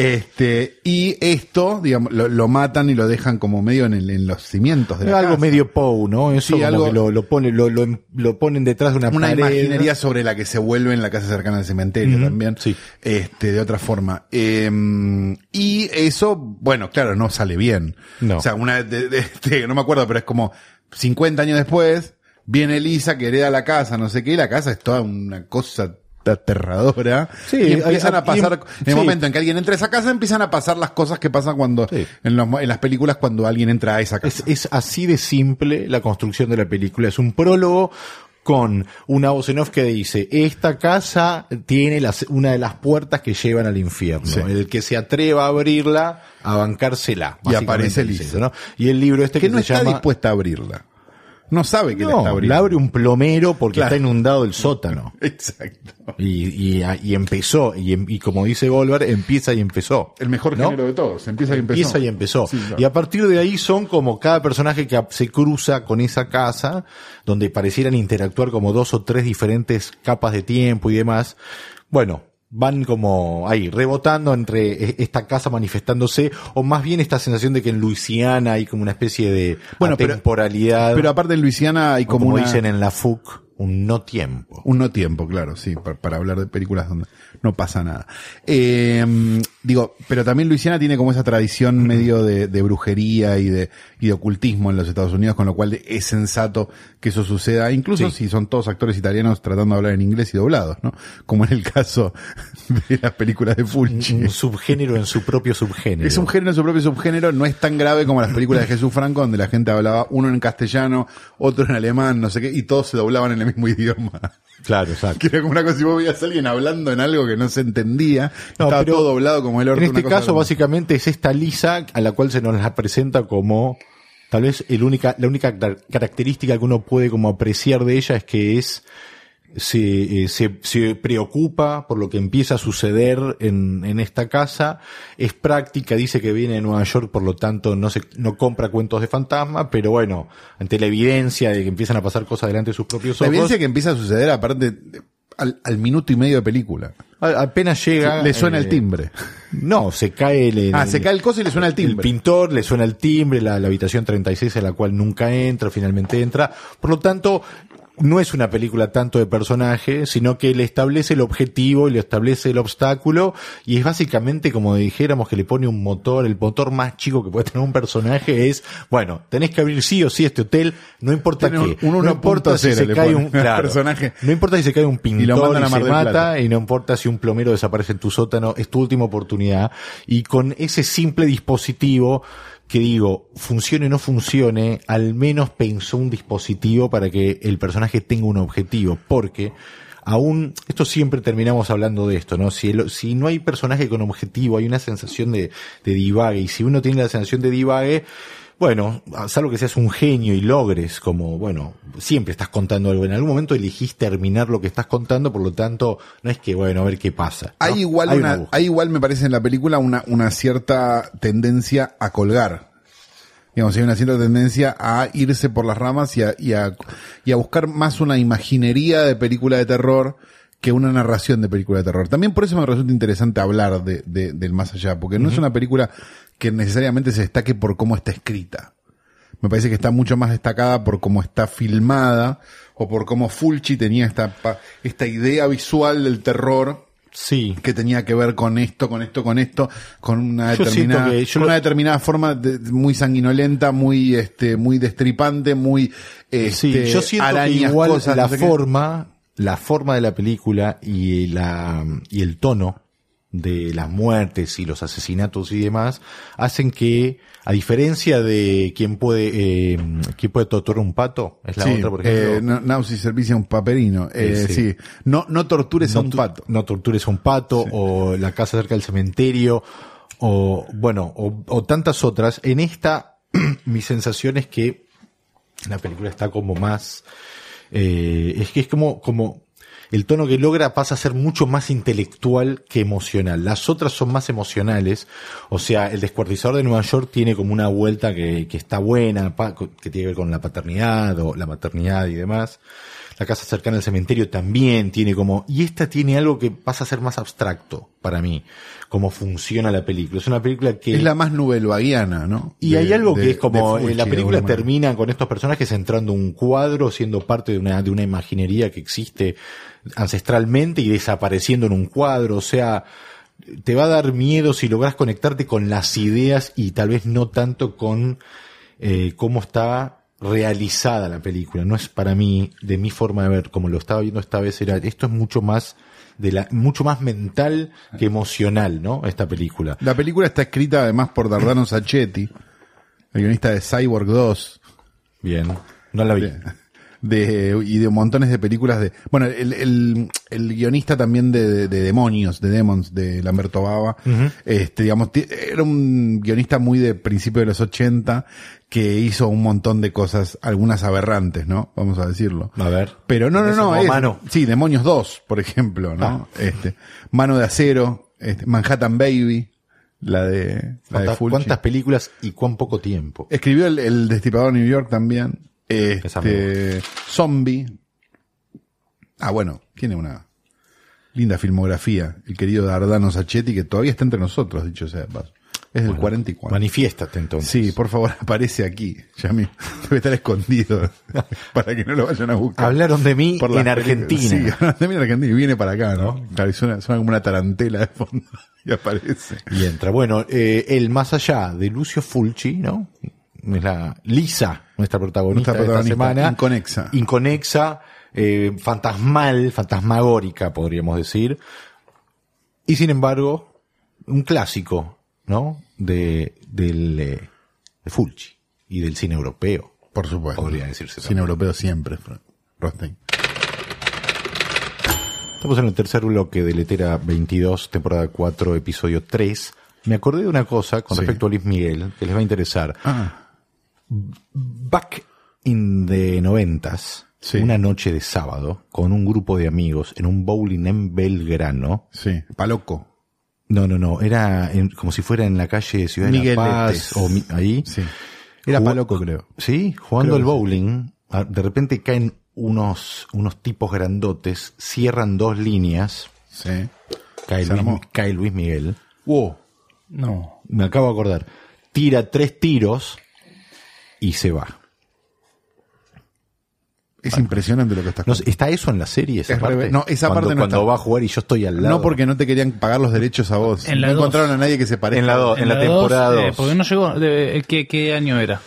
Y esto, digamos, lo matan y lo dejan como medio en los cimientos de la casa. Algo medio Poe, ¿no? Eso sí, como que lo ponen detrás de una pared. Imaginería sobre la que se vuelve en La Casa Cercana al Cementerio también. Sí. De otra forma. Y eso, bueno, claro, no sale bien. No. O sea, no me acuerdo, pero es como 50 años después, viene Lisa que hereda la casa, no sé qué, y la casa es toda una cosa aterradora. Sí, y empiezan a pasar, en el momento en que alguien entra a esa casa, empiezan a pasar las cosas que pasan cuando, en las películas cuando alguien entra a esa casa. Es así de simple la construcción de la película. Es un prólogo con una voz en off que dice, esta casa tiene una de las puertas que llevan al infierno. Sí. El que se atreva a abrirla, a bancársela. Y aparece Básicamente Lisa. ¿no? Y el libro que que no se está llama... dispuesta a abrirla. No sabe que la está No, abriendo. la abre un plomero porque Claro. está inundado el sótano. Exacto. Y empezó, y como dice Goldberg, empieza y empezó. El mejor ¿no? género de todos. Empieza y empezó. Empieza y empezó. Sí, claro. Y a partir de ahí son como cada personaje que se cruza con esa casa, donde parecieran interactuar como 2 o 3 diferentes capas de tiempo y demás. Bueno, van como ahí, rebotando entre esta casa manifestándose, o más bien esta sensación de que en Luisiana hay como una especie de temporalidad. Pero aparte en Luisiana hay o como como una... dicen en la FUC, un no tiempo. Un no tiempo, claro, sí, para hablar de películas donde no pasa nada. Digo, pero también Luisiana tiene como esa tradición medio de brujería y de ocultismo en los Estados Unidos, con lo cual es sensato que eso suceda, incluso si son todos actores italianos tratando de hablar en inglés y doblados, ¿no? Como en el caso de las películas de Fulci. Un subgénero en su propio subgénero. Es un género en su propio subgénero, no es tan grave como las películas de Jesús Franco, donde la gente hablaba uno en castellano, otro en alemán, no sé qué, y todos se doblaban en el mismo idioma. Claro, exacto. Que era como una cosa, si vos veías a alguien hablando en algo que no se entendía, No, estaba pero todo doblado como el orto. En este una cosa caso, como- básicamente, es esta Lisa a la cual se nos la presenta como, tal vez la única característica que uno puede como apreciar de ella es que se preocupa por lo que empieza a suceder en esta casa, es práctica, dice que viene de Nueva York, por lo tanto no compra cuentos de fantasma, pero bueno, ante la evidencia de que empiezan a pasar cosas delante de sus propios La ojos, evidencia que empieza a suceder aparte al minuto y medio de película. apenas llega, Le suena el timbre. No, se cae Se cae el coso y le suena el El timbre. pintor, le suena el timbre, la habitación 36 a la cual nunca entra, finalmente entra. Por lo tanto, no es una película tanto de personaje, sino que le establece el objetivo y le establece el obstáculo, y es básicamente como dijéramos que le pone un motor, el motor más chico que puede tener un personaje es, bueno, tenés que abrir sí o sí este hotel, no importa Tiene qué, un no importa si 1.0 se le cae pone un al personaje. no importa si se cae un Y lo pintor mandan a y Mar se del mata, Plata. y no importa si un plomero desaparece en tu sótano, es tu última oportunidad, y con ese simple dispositivo que digo, funcione o no funcione, al menos pensó un dispositivo para que el personaje tenga un objetivo, porque aún, esto siempre terminamos hablando de esto, ¿no? Si no hay personaje con objetivo, hay una sensación de divague, y si uno tiene la sensación de divague, bueno, salvo que seas un genio y logres, como, bueno, siempre estás contando algo, en algún momento elegís terminar lo que estás contando, por lo tanto, no es que, bueno, a ver qué pasa, ¿no? Hay igual una búsqueda. hay igual me parece en la película una cierta tendencia a colgar. Digamos, hay una cierta tendencia a irse por las ramas y a buscar más una imaginería de película de terror que una narración de película de terror. También por eso me resulta interesante hablar del más allá, porque no es una película que necesariamente se destaque por cómo está escrita. Me parece que está mucho más destacada por cómo está filmada o por cómo Fulci tenía esta idea visual del terror Sí. que tenía que ver con esto, con una Yo determinada, siento que con una determinada forma muy sanguinolenta, muy muy destripante, muy Sí, yo siento que arañas, igual cosas, la no sé qué. forma de la película y el tono de las muertes y los asesinatos y demás hacen que, a diferencia de quien puede torturar un pato, es la Sí, otra, por ejemplo. Nausi servicia un paperino. Sí. Sí. No tortures a un pato. No tortures a un pato, o La casa cerca del cementerio, o bueno, o tantas otras. En esta, mi sensación es que la película está como más, es que es como el tono que logra pasa a ser mucho más intelectual que emocional. Las otras son más emocionales. O sea, El descuartizador de Nueva York tiene como una vuelta que está buena, que tiene que ver con la paternidad o la maternidad y demás. La casa cercana al cementerio también tiene como, y esta tiene algo que pasa a ser más abstracto para mí, cómo funciona la película. Es una película que Es la más novelvaguiana, ¿no? y hay algo que es como, de Fulci, la de película alguna manera. termina con estos personajes entrando a un cuadro, siendo parte de una imaginería que existe ancestralmente y desapareciendo en un cuadro. O sea, te va a dar miedo si logras conectarte con las ideas y tal vez no tanto con cómo está realizada la película. No es para mí, de mi forma de ver, como lo estaba viendo esta vez, esto es mucho más mucho más mental que emocional, ¿no? Esta película. La película está escrita además por Dardano Sacchetti, el guionista de Cyborg 2. Bien. No la vi. y de montones de películas de, bueno, el guionista también de Demonios, de Demons, de Lamberto Bava, digamos, era un guionista muy de principios de los 80 que hizo un montón de cosas, algunas aberrantes, ¿no? Vamos a decirlo. A ver. Pero no, Mano. sí, Demonios 2, por ejemplo, ¿no? Mano de Acero, Manhattan Baby, la de Fulci. ¿Cuántas películas y cuán poco tiempo? Escribió el Destripador de New York también. Zombie. Bueno, tiene una linda filmografía. El querido Dardano Sacchetti, que todavía está entre nosotros, dicho sea de paso. Es del 44. Manifiéstate entonces. Sí, por favor, aparece aquí. Ya debe estar escondido para que no lo vayan a buscar. Hablaron de mí Por las en Argentina. Sí, hablaron de mí en Argentina y viene para acá, ¿no? Claro, y suena como una tarantela de fondo y aparece. Y entra. Bueno, el más allá de Lucio Fulci, ¿no? Es la Lisa, nuestra protagonista de esta semana. Inconexa, fantasmagórica, podríamos decir. Y sin embargo, un clásico, ¿no? De Fulci y del cine europeo. Por supuesto. Podría decirse. Cine europeo siempre, Rothstein. Estamos en el tercer bloque de Letera 22, temporada 4, episodio 3. Me acordé de una cosa con respecto a Luis Miguel, que les va a interesar. Back in the 90s, una noche de sábado, con un grupo de amigos en un bowling en Belgrano. Sí, Paloco. No, era como si fuera en la calle Ciudad de La Paz, o ahí. Sí. Era Paloco, creo. Sí, jugando al bowling, de repente caen unos tipos grandotes, cierran 2 líneas. Sí. Cae Luis Miguel. Wow. No. Me acabo de acordar. Tira 3 tiros y se va. Es impresionante lo que estás contando. ¿Está eso en la serie? Esa parte? No, esa parte no cuando está. va a jugar y yo estoy al lado. No, porque no te querían pagar los derechos a vos. En la no 2. encontraron a nadie que se parezca. En la temporada 2. ¿Por qué no llegó? ¿Qué año era?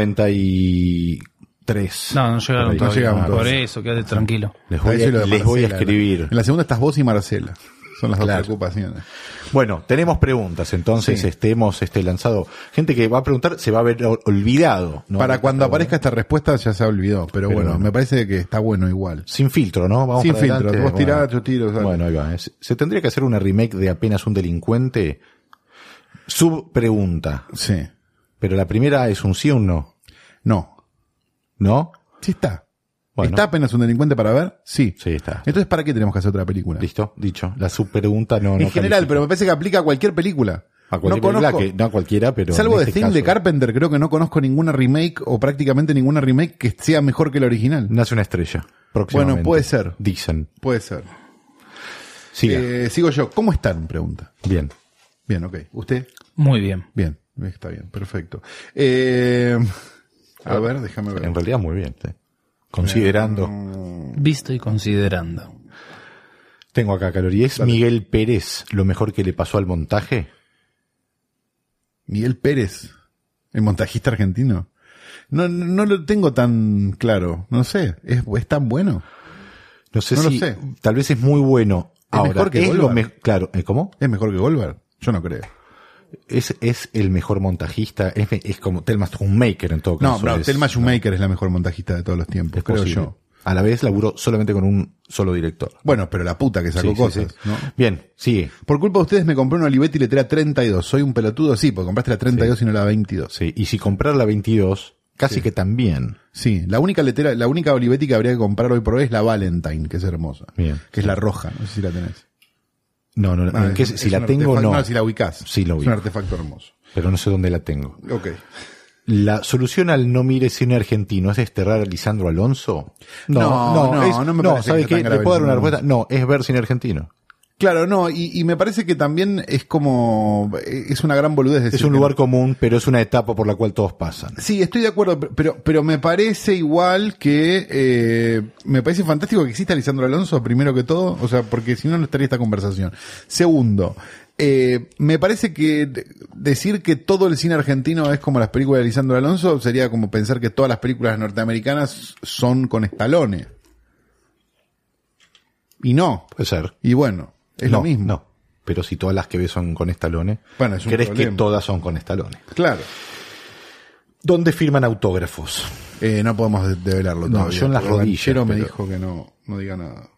93. No llegaron todavía. llegamos Por todavía. eso, quédate tranquilo. Les voy a escribir. En la segunda estás vos y Marcela. Son las dos Claro. preocupaciones. Bueno, tenemos preguntas, entonces hemos lanzado. Gente que va a preguntar se va a ver olvidado, ¿no? Para cuando aparezca esta respuesta ya se olvidó. Pero bueno, me parece que está bueno igual. Sin filtro, ¿no? Vamos Sin para filtro. adelante. Vos tirás, yo tiro. ¿sabes? Bueno, ahí va. Se tendría que hacer una remake de Apenas un delincuente. Subpregunta. Sí. Pero la primera es un sí o un no. No. ¿No? Sí está. Bueno. ¿Está Apenas un delincuente para ver? Sí. Sí, está. Entonces, ¿para qué tenemos que hacer otra película? Listo, dicho. La subpregunta no. En general, pero me parece que aplica a cualquier película. A cualquier no película conozco, no a cualquiera, pero. salvo en de este Thing de caso, Carpenter, creo que no conozco ninguna remake o prácticamente ninguna remake que sea mejor que la original. Nace una estrella. Próximamente. Bueno, puede ser. Dicen. Puede ser. Siga. Sigo yo. ¿Cómo están? Pregunta. Bien. Bien, ok. ¿Usted? Muy bien. Bien. Está bien. Perfecto. A ver, déjame ver. En realidad, muy bien. Sí. Considerando. Visto y considerando. Tengo acá, Calori. ¿Es Miguel Pérez lo mejor que le pasó al montaje? Miguel Pérez, el montajista argentino. No lo tengo tan claro. No sé. ¿Es tan bueno? No sé No lo si. sé. Tal vez es muy bueno. ¿Es Ahora, mejor que es lo Goldberg? claro. ¿Cómo? ¿Es mejor que Goldberg? Yo no creo. Es el mejor montajista. Es como Thelma Schoonmaker en todo caso. No, Thelma Schoonmaker es la mejor montajista de todos los tiempos, Es creo posible. yo. A la vez laburó solamente con un solo director. Bueno, pero la puta que sacó Sí, sí, cosas, sí. ¿no? Bien, sigue. Por culpa de ustedes me compré una Olivetti Letera 32. Soy un pelotudo, sí, porque compraste la 32 y no la 22. Sí. Y si comprar la 22, casi que también. Sí, la única Olivetti que habría que comprar hoy por hoy es la Valentine, que es hermosa. Bien. Que es la roja, no sé si la tenés. No, si la tengo, no. No, si la ubicás. Sí, la Es ubico. un artefacto hermoso. Pero no sé dónde la tengo. Ok. ¿La solución al no mire cine argentino es desterrar a Lisandro Alonso? No me parece ¿sabe que sea qué? tan ¿Le grave puedo dar una el respuesta? No, es ver cine argentino. Claro, no, y me parece que también es como, es una gran boludez decir Es un que lugar no. común, pero es una etapa por la cual todos pasan. Sí, estoy de acuerdo, pero me parece igual que me parece fantástico que exista Lisandro Alonso, primero que todo, o sea, porque si no, no estaría esta conversación. Segundo, me parece que decir que todo el cine argentino es como las películas de Lisandro Alonso sería como pensar que todas las películas norteamericanas son con Stallone. Y no. Puede ser. Y bueno, es No, lo mismo. No, pero si todas las que ves son con Stallone, Bueno, es un ¿crees problema. que todas son con Stallone? Claro. ¿Dónde firman autógrafos? No podemos develarlo No, todavía. yo en las porque rodillas, Banchero me pero- dijo que no diga nada.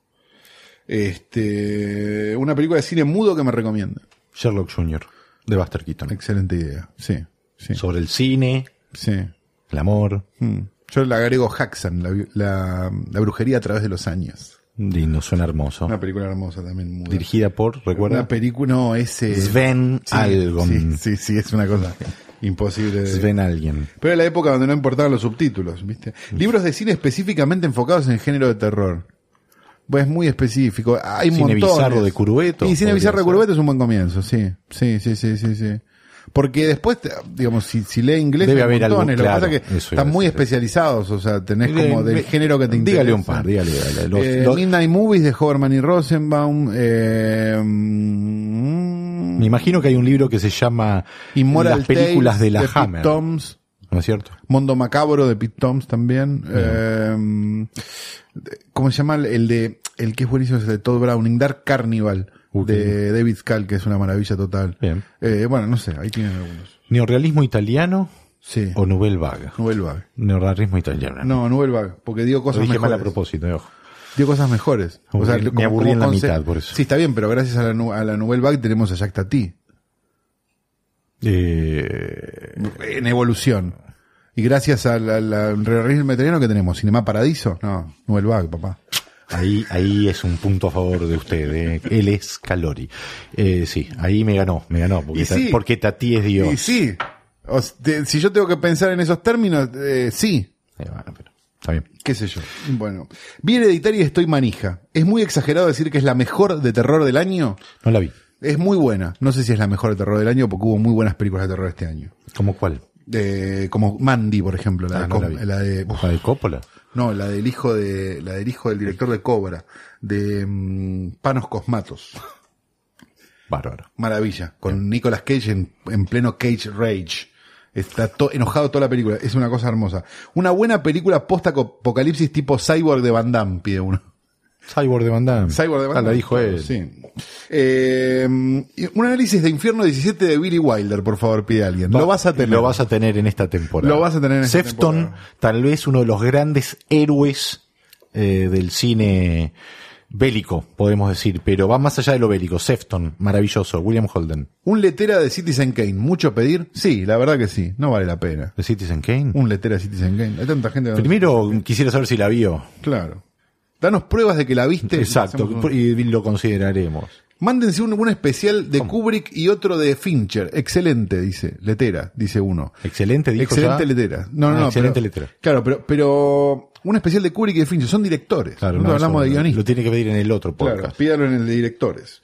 Una película de cine mudo que me recomienda. Sherlock Jr. de Buster Keaton. Excelente idea. Sí, sí, Sobre el cine, sí. el amor. Yo le agrego Haxan, la brujería a través de los años. Lindo, suena hermoso. Una película hermosa también. Muda. Dirigida por, recuerda, Una película, no, ese... Sven Sí, Algon. Sí, es una cosa imposible de... Sven alguien. Pero era la época donde no importaban los subtítulos, ¿viste? Libros de cine específicamente enfocados en el género de terror. Pues es muy específico. Hay Cine montones. bizarro de Curubeto, Y cine podría bizarro de ser. Curubeto es un buen comienzo, sí. Sí. Porque después, digamos, si lee inglés, Debe hay haber algo, montones. Lo que claro, pasa es que eso iba están a muy decir. especializados, o sea, tenés como del género que te interesa. Dígale un par, dígale. Midnight Movies de Hoverman y Rosenbaum. Me imagino que hay un libro que se llama Immoral Las películas Tales de la Pete Hammer. Toms. ¿No es cierto? Mundo Macabro de Pete Toms también. ¿Cómo se llama? El que es buenísimo es de Todd Browning, Dark Carnival, de David Scal, que es una maravilla total. Bien. Bueno, no sé, ahí tienen algunos. ¿Neorrealismo italiano Sí. o Nouvelle Vague? Nouvelle Vague. Neorrealismo italiano. No, Nouvelle Vague, porque dio Lo cosas dije mal mejores. a propósito, ojo. Dio cosas mejores. Me aburrí en la mitad, por eso. Sí, está bien, pero gracias a la Nouvelle Vague tenemos a Jacques Tati. En evolución. Y gracias al realismo italiano que tenemos, Cinema Paradiso. No, Nouvelle Vague, papá. Ahí es un punto a favor de usted, él es Calori. Sí, ahí me ganó, porque, Y sí. porque Tati es Dios. Y sí. Si yo tengo que pensar en esos términos, sí. Bueno, pero está bien. Qué sé yo. Bueno. Vi Hereditaria y estoy manija. ¿Es muy exagerado decir que es la mejor de terror del año? No la vi. Es muy buena. No sé si es la mejor de terror del año porque hubo muy buenas películas de terror este año. ¿Cómo cuál? Como Mandy, por ejemplo. no la vi. ¿La de Coppola? No, la del hijo del director de Cobra. De Panos Cosmatos. Bárbaro. Maravilla. Con Nicolas Cage en pleno Cage Rage. Está enojado toda la película. Es una cosa hermosa. Una buena película post-apocalipsis tipo Cyborg de Van Damme, pide uno. Cyborg de Van Damme. Cyborg de Van Damme. La dijo él. Sí. Un análisis de Infierno 17 de Billy Wilder, por favor, pide alguien. Lo vas a tener. Lo vas a tener en esta temporada. Lo vas a tener en esta Sefton, temporada. tal vez uno de los grandes héroes del cine bélico, podemos decir, pero va más allá de lo bélico. Sefton, maravilloso. William Holden. Un letera de Citizen Kane, ¿mucho pedir? Sí, la verdad que sí, no vale la pena. ¿De Citizen Kane? Un letera de Citizen Kane. Hay tanta gente que no- Primero quisiera saber si la vio. Claro. Danos pruebas de que la viste. Exacto, Hacemos un- y lo consideraremos. Mándense un especial de Kubrick y otro de Fincher. Excelente, dice. Letera, dice uno. Excelente, dijo Excelente ya. letera. No. Excelente pero- letera. Claro, pero un especial de Kubrick y de Fincher. Son directores. Claro, Nosotros hablamos de eso guionistas. Lo tiene que pedir en el otro Claro, podcast. pídalo en el de directores.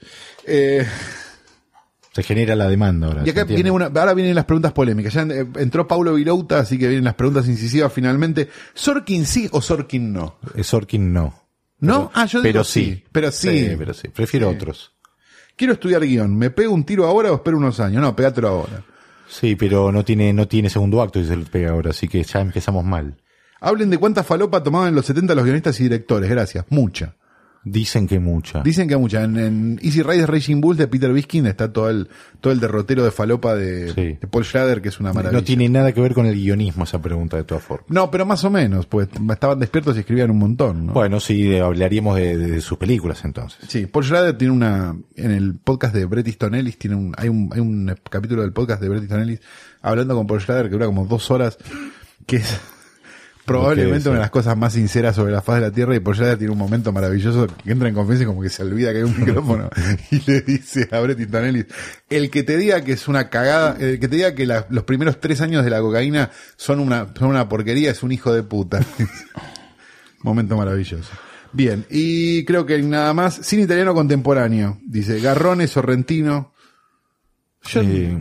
Se genera la demanda ahora. Y acá ¿se entiende? ahora vienen las preguntas polémicas. Ya entró Paulo Vilouta, así que vienen las preguntas incisivas finalmente. ¿Sorkin sí o Sorkin no? Sorkin no. ¿No? Yo digo pero sí. sí. Pero sí. Pero sí. Prefiero otros. Quiero estudiar guión. ¿Me pego un tiro ahora o espero unos años? No, pegátelo ahora. Sí, pero no tiene segundo acto y se lo pega ahora, así que ya empezamos mal. Hablen de cuánta falopa tomaban en los 70 los guionistas y directores. Gracias. Mucha. Dicen que mucha. Dicen que mucha. En Easy Riders Raging Bulls de Peter Biskin está todo el derrotero de falopa de Paul Schrader, que es una maravilla. No tiene nada que ver con el guionismo esa pregunta, de todas formas. No, pero más o menos, pues estaban despiertos y escribían un montón, ¿no? Bueno, sí, hablaríamos de sus películas entonces. Sí, Paul Schrader tiene en el podcast de Bret Easton Ellis, hay un capítulo del podcast de Bret Easton Ellis hablando con Paul Schrader que dura como 2 horas, que es probablemente una de las cosas más sinceras sobre la faz de la Tierra, y Paul Schrader tiene un momento maravilloso que entra en confianza y como que se olvida que hay un micrófono y le dice a Bret Easton Ellis, el que te diga que es una cagada, el que te diga que los primeros 3 años de la cocaína son una porquería es un hijo de puta. Momento maravilloso. Bien, y creo que nada más. Cine italiano contemporáneo. Dice Garrone, Sorrentino. Yo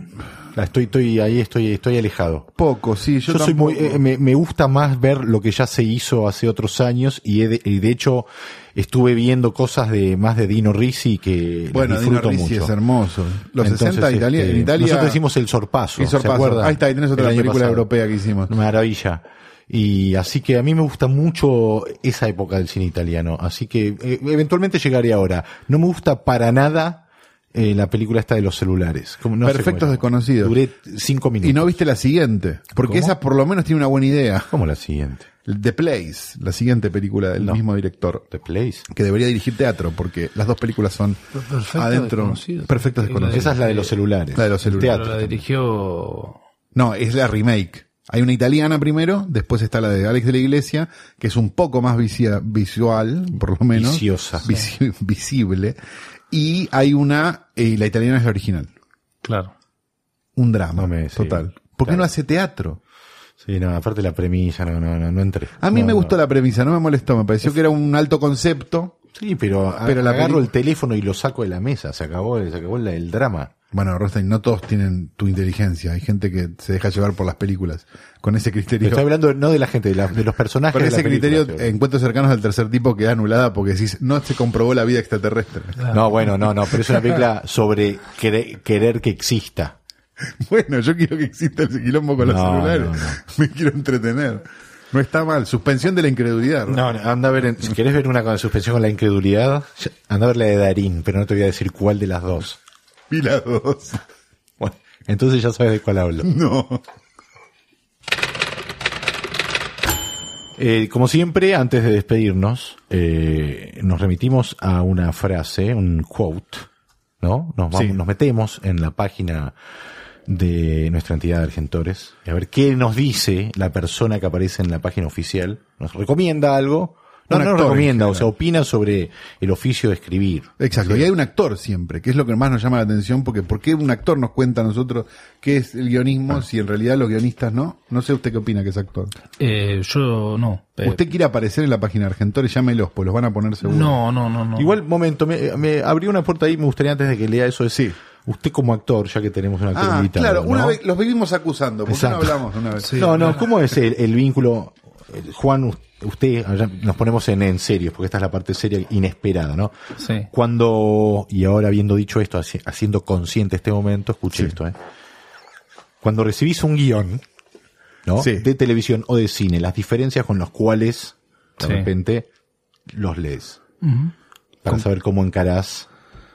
Estoy alejado. poco, sí. Yo soy tampoco. muy, me gusta más ver lo que ya se hizo hace otros años y de hecho estuve viendo cosas más de Dino Risi que Bueno, Dino disfruto Risi mucho. es hermoso. Los Entonces, 60 en Italia. nosotros hicimos El Sorpaso. El Sorpaso. ¿Se acuerdan? Ahí está, ahí tenés otra El año película pasado. europea que hicimos. Maravilla. Y así que a mí me gusta mucho esa época del cine italiano. Así que eventualmente llegaré ahora. No me gusta para nada la película esta de los celulares. No sé Perfectos cómo se llama. Desconocidos. Duré 5 minutos. Y no viste la siguiente, porque ¿Cómo? esa por lo menos tiene una buena idea. ¿Cómo la siguiente? The Place, la siguiente película del No. mismo director, The Place. que debería dirigir teatro, porque las dos películas son Perfectos adentro. Desconocidos. Perfectos Desconocidos. Esa es la de los celulares. La de los celulares. Pero la dirigió... No, es la remake. Hay una italiana primero, después está la de Alex de la Iglesia, que es un poco más visual, por lo menos. Viciosa. Visible. Y hay una, la italiana es la original. Claro. Un drama, Sí, total. ¿Por qué claro. no hace teatro? Sí, no, aparte la premisa, no entré. A mí No, me gustó no. la premisa, no me molestó, me pareció que era un alto concepto. Sí, pero Pero la agarro peli- el teléfono y lo saco de la mesa. Se acabó el drama. Bueno, Rostein, no todos tienen tu inteligencia. Hay gente que se deja llevar por las películas. Con ese Pero criterio. estoy hablando no de la gente, de los personajes. Con de la ese película, criterio, estoy hablando. encuentros cercanos del tercer tipo queda anulada porque decís, no se comprobó la vida extraterrestre. No, bueno, no, pero es una película sobre querer que exista. Bueno, yo quiero que exista ese quilombo con los No, celulares. no. Me quiero entretener. No está mal. Suspensión de la incredulidad. ¿no? No, anda a ver, si querés ver una con suspensión con la incredulidad, anda a ver la de Darín, pero no te voy a decir cuál de las dos. Y las dos. Bueno, entonces ya sabes de cuál hablo. No. Como siempre, antes de despedirnos, nos remitimos a una frase, un quote, ¿no? Sí. Nos metemos en la página de nuestra entidad de Argentores a ver qué nos dice la persona que aparece en la página oficial. ¿Nos recomienda algo? No, Un no nos actor, recomienda, en o sea, opina sobre el oficio de escribir. Exacto. Sí. Y hay un actor siempre, que es lo que más nos llama la atención, porque ¿por qué un actor nos cuenta a nosotros qué es el guionismo si en realidad los guionistas no? No sé usted qué opina que es actor. Yo no. Usted quiere aparecer en la página de Argentores, llámelos, pues los van a poner seguro. No. Igual, momento, me abrió una puerta ahí, me gustaría antes de que lea eso decir, usted como actor, ya que tenemos un actor invitado, claro, ¿no? una vez los vivimos acusando, ¿por qué no Exacto. hablamos una vez? Sí. No, ¿cómo es el vínculo? Juan, usted, allá nos ponemos en serio, porque esta es la parte seria inesperada, ¿no? Sí. Cuando, y ahora habiendo dicho esto, haciendo consciente este momento, escuche Sí. esto, Cuando recibís un guión, ¿no? Sí. De televisión o de cine, las diferencias con las cuales de Sí. repente los lees. Ujú. Para saber cómo encarás.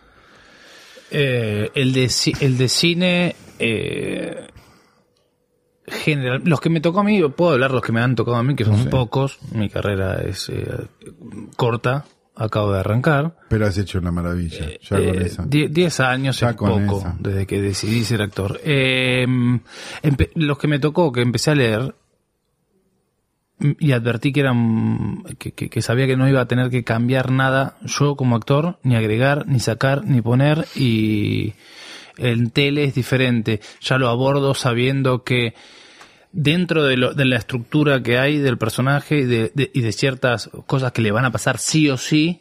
El de cine, general, los que me tocó a mí, puedo hablar de los que me han tocado a mí, que son pocos. Mi carrera es corta, acabo de arrancar. Pero has hecho una maravilla, ya con esa. 10 años Ya es con poco, esa. desde que decidí ser actor. Los que me tocó, que empecé a leer, y advertí que eran que sabía que no iba a tener que cambiar nada yo como actor, ni agregar, ni sacar, ni poner, y en tele es diferente. Ya lo abordo sabiendo que dentro de la estructura que hay del personaje y de ciertas cosas que le van a pasar sí o sí,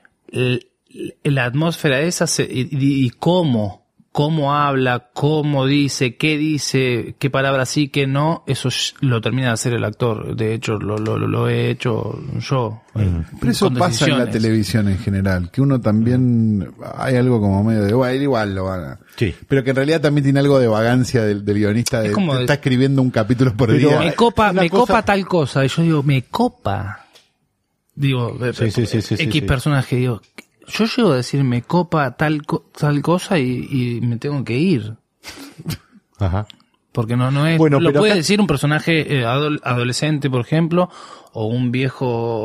la atmósfera esa y cómo habla, cómo dice, qué palabras sí, qué no, eso lo termina de hacer el actor. De hecho, lo he hecho yo. Pero eso con pasa en la decisiones. televisión en general, que uno también, hay algo como medio de, bueno, igual lo van a... Sí. Pero que en realidad también tiene algo de vagancia del guionista, Es como está escribiendo un capítulo por Pero día. Me copa tal cosa. Y yo digo, me copa. Digo, Sí, X sí. personaje, digo, yo llego a decir me copa tal cosa y me tengo que ir. Ajá. Porque no es, Bueno, lo pero puede acá- decir un personaje adolescente, por ejemplo, o un viejo,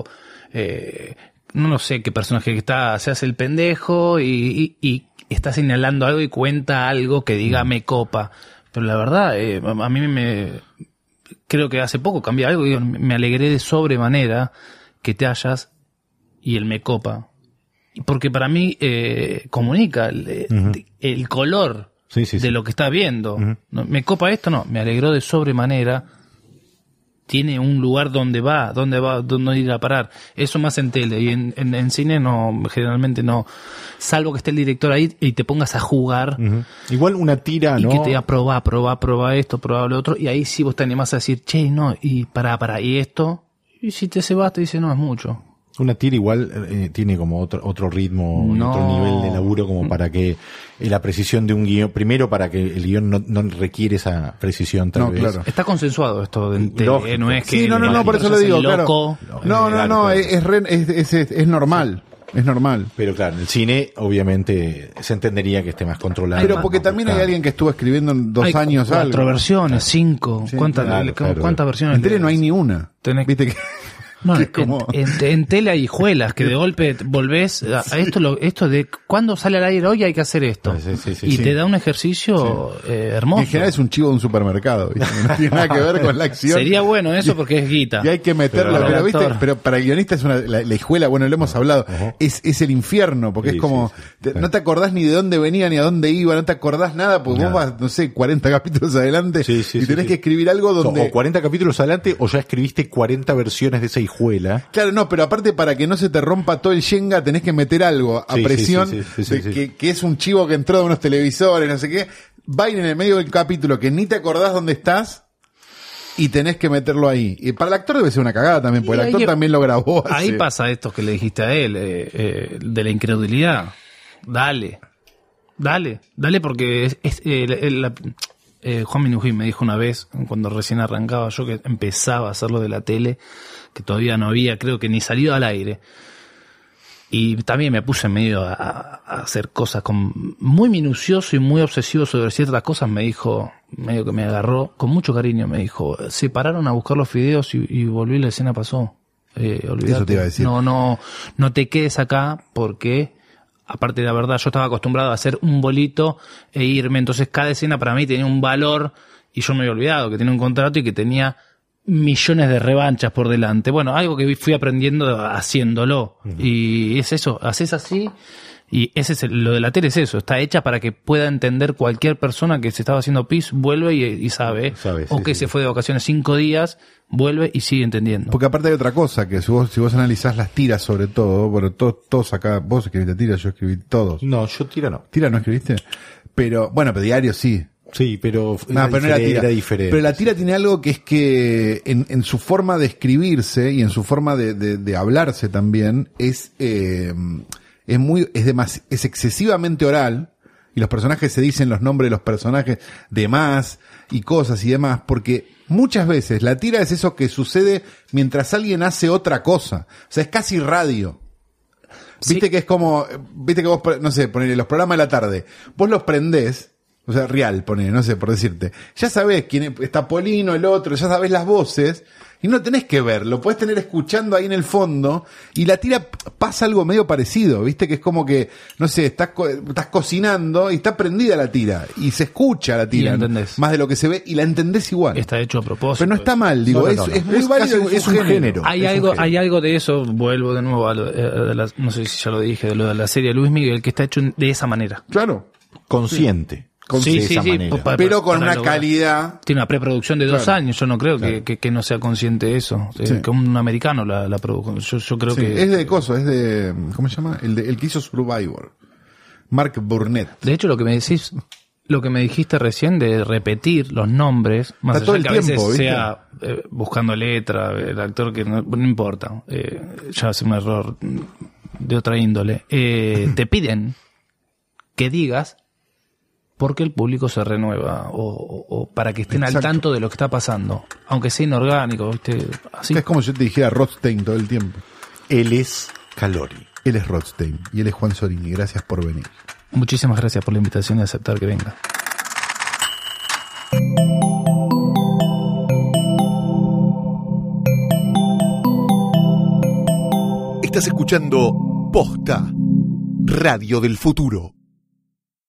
no lo sé qué personaje que se hace el pendejo y está señalando algo y cuenta algo que diga me copa. Pero la verdad, a mí creo que hace poco cambié algo, digo, me alegré de sobremanera que te hayas y el me copa. Porque para mí comunica el color Sí, de lo que está viendo. Ujú. No, me copa esto, no, me alegró de sobremanera. Tiene un lugar donde ir a parar. Eso más en tele y en cine no, generalmente no. Salvo que esté el director ahí y te pongas a jugar Ujú. Igual una tira, y ¿no? que te diga probá esto, probá lo otro, y ahí sí vos te animás a decir, che, no, y pará, y esto, y si te se va, te dice, no, es mucho. Una tira igual tiene como otro ritmo, No. otro nivel de laburo como para que la precisión de un guión, primero para que el guión no requiere esa precisión tal No, vez. claro. Está consensuado esto de Lógico. no es que Sí, no, por eso el lo digo, claro. loco. No, Claro. es normal. es normal. Pero claro, en el cine obviamente se entendería que esté más controlado. Pero porque también hay alguien que estuvo escribiendo en 2 años 4 algo. versiones, 5. Sí, ¿Cuántas versiones? En tele no hay ni una. Viste que... No, que es como... en tele hay hijuelas que de golpe volvés a esto de cuando sale al aire hoy hay que hacer esto y te da un ejercicio hermoso. En general es un chivo de un supermercado, ¿viste? No tiene nada que ver con la acción. Sería bueno eso porque es guita. Y hay que meterlo, pero ¿viste? Pero para el guionista es la hijuela, bueno, lo hemos hablado, es el infierno, porque es como, no te acordás ni de dónde venía ni a dónde iba, no te acordás nada, porque vos vas, no sé, 40 capítulos adelante y tenés que escribir algo donde... O 40 capítulos adelante o ya escribiste 40 versiones de esa hijuela. Claro, no, pero aparte para que no se te rompa todo el Shenga tenés que meter algo a presión que es un chivo que entró de unos televisores, no sé qué, va a ir en el medio del capítulo que ni te acordás dónde estás y tenés que meterlo ahí. Y para el actor debe ser una cagada también, porque el actor también lo grabó. Ahí pasa esto que le dijiste a él, de la incredulidad. Dale porque Juan Minujín me dijo una vez, cuando recién arrancaba yo, que empezaba a hacerlo de la tele, que todavía no había, creo que ni salido al aire. Y también me puse medio a hacer cosas muy minucioso y muy obsesivo sobre ciertas cosas. Me dijo, medio que me agarró, con mucho cariño, me dijo, se pararon a buscar los fideos y volví, la escena pasó. Olvídate. Eso te iba a decir. No te quedes acá porque... Aparte de la verdad, yo estaba acostumbrado a hacer un bolito e irme, entonces cada escena para mí tenía un valor y yo me había olvidado que tenía un contrato y que tenía millones de revanchas por delante. Bueno, algo que fui aprendiendo haciéndolo. Y es eso, haces así y ese es lo de la tele, es eso, está hecha para que pueda entender cualquier persona que se estaba haciendo pis, vuelve y sabe o que se fue de vacaciones 5 días, vuelve y sigue entendiendo. Porque aparte hay otra cosa, que si vos analizás las tiras sobre todo, bueno, todos acá, vos escribiste tiras, yo escribí todos. No, yo tira no. ¿Tira no escribiste? Pero, bueno, pero diario sí. Sí, pero no era tira. Era diferente. Pero la tira tiene algo que es que en su forma de escribirse y en su forma de hablarse también es excesivamente oral, y los personajes se dicen los nombres de los personajes de más y cosas y demás, porque muchas veces la tira es eso que sucede mientras alguien hace otra cosa. O sea, es casi radio. Viste que es como, viste que vos, no sé, ponele los programas de la tarde, vos los prendés, o sea, real, ponele, no sé, por decirte, ya sabés quién está Polino, el otro, ya sabés las voces, y no tenés que ver, lo podés tener escuchando ahí en el fondo, y la tira pasa algo medio parecido, viste que es como que, no sé, estás cocinando y está prendida la tira, y se escucha la tira, más de lo que se ve, y la entendés igual. Está hecho a propósito. Pero no está mal, digo, es muy válido, es un género. Hay algo de eso, vuelvo de nuevo a lo de no sé si ya lo dije, de lo de la serie Luis Miguel, que está hecho de esa manera. Claro. Consciente. Sí, pero con una calidad. Tiene una preproducción de 2 años. Yo no creo que no sea consciente de eso. Que un americano la produjo. Yo creo que. Es de coso, es de. ¿Cómo se llama? El que hizo Survivor. Mark Burnett. De hecho, lo que me dijiste recién de repetir los nombres, más está allá todo el que a tiempo, veces ¿viste? sea buscando letra, el actor que no importa, ya hace un error de otra índole. Te piden que digas porque el público se renueva o para que estén al tanto de lo que está pasando, aunque sea inorgánico, ¿viste? Así. Es como si yo te dijera Rothstein todo el tiempo. Él es Calori. Él es Rothstein y él es Juan Sorini. Gracias por venir. Muchísimas gracias por la invitación y aceptar que venga. Estás escuchando Posta, Radio del Futuro.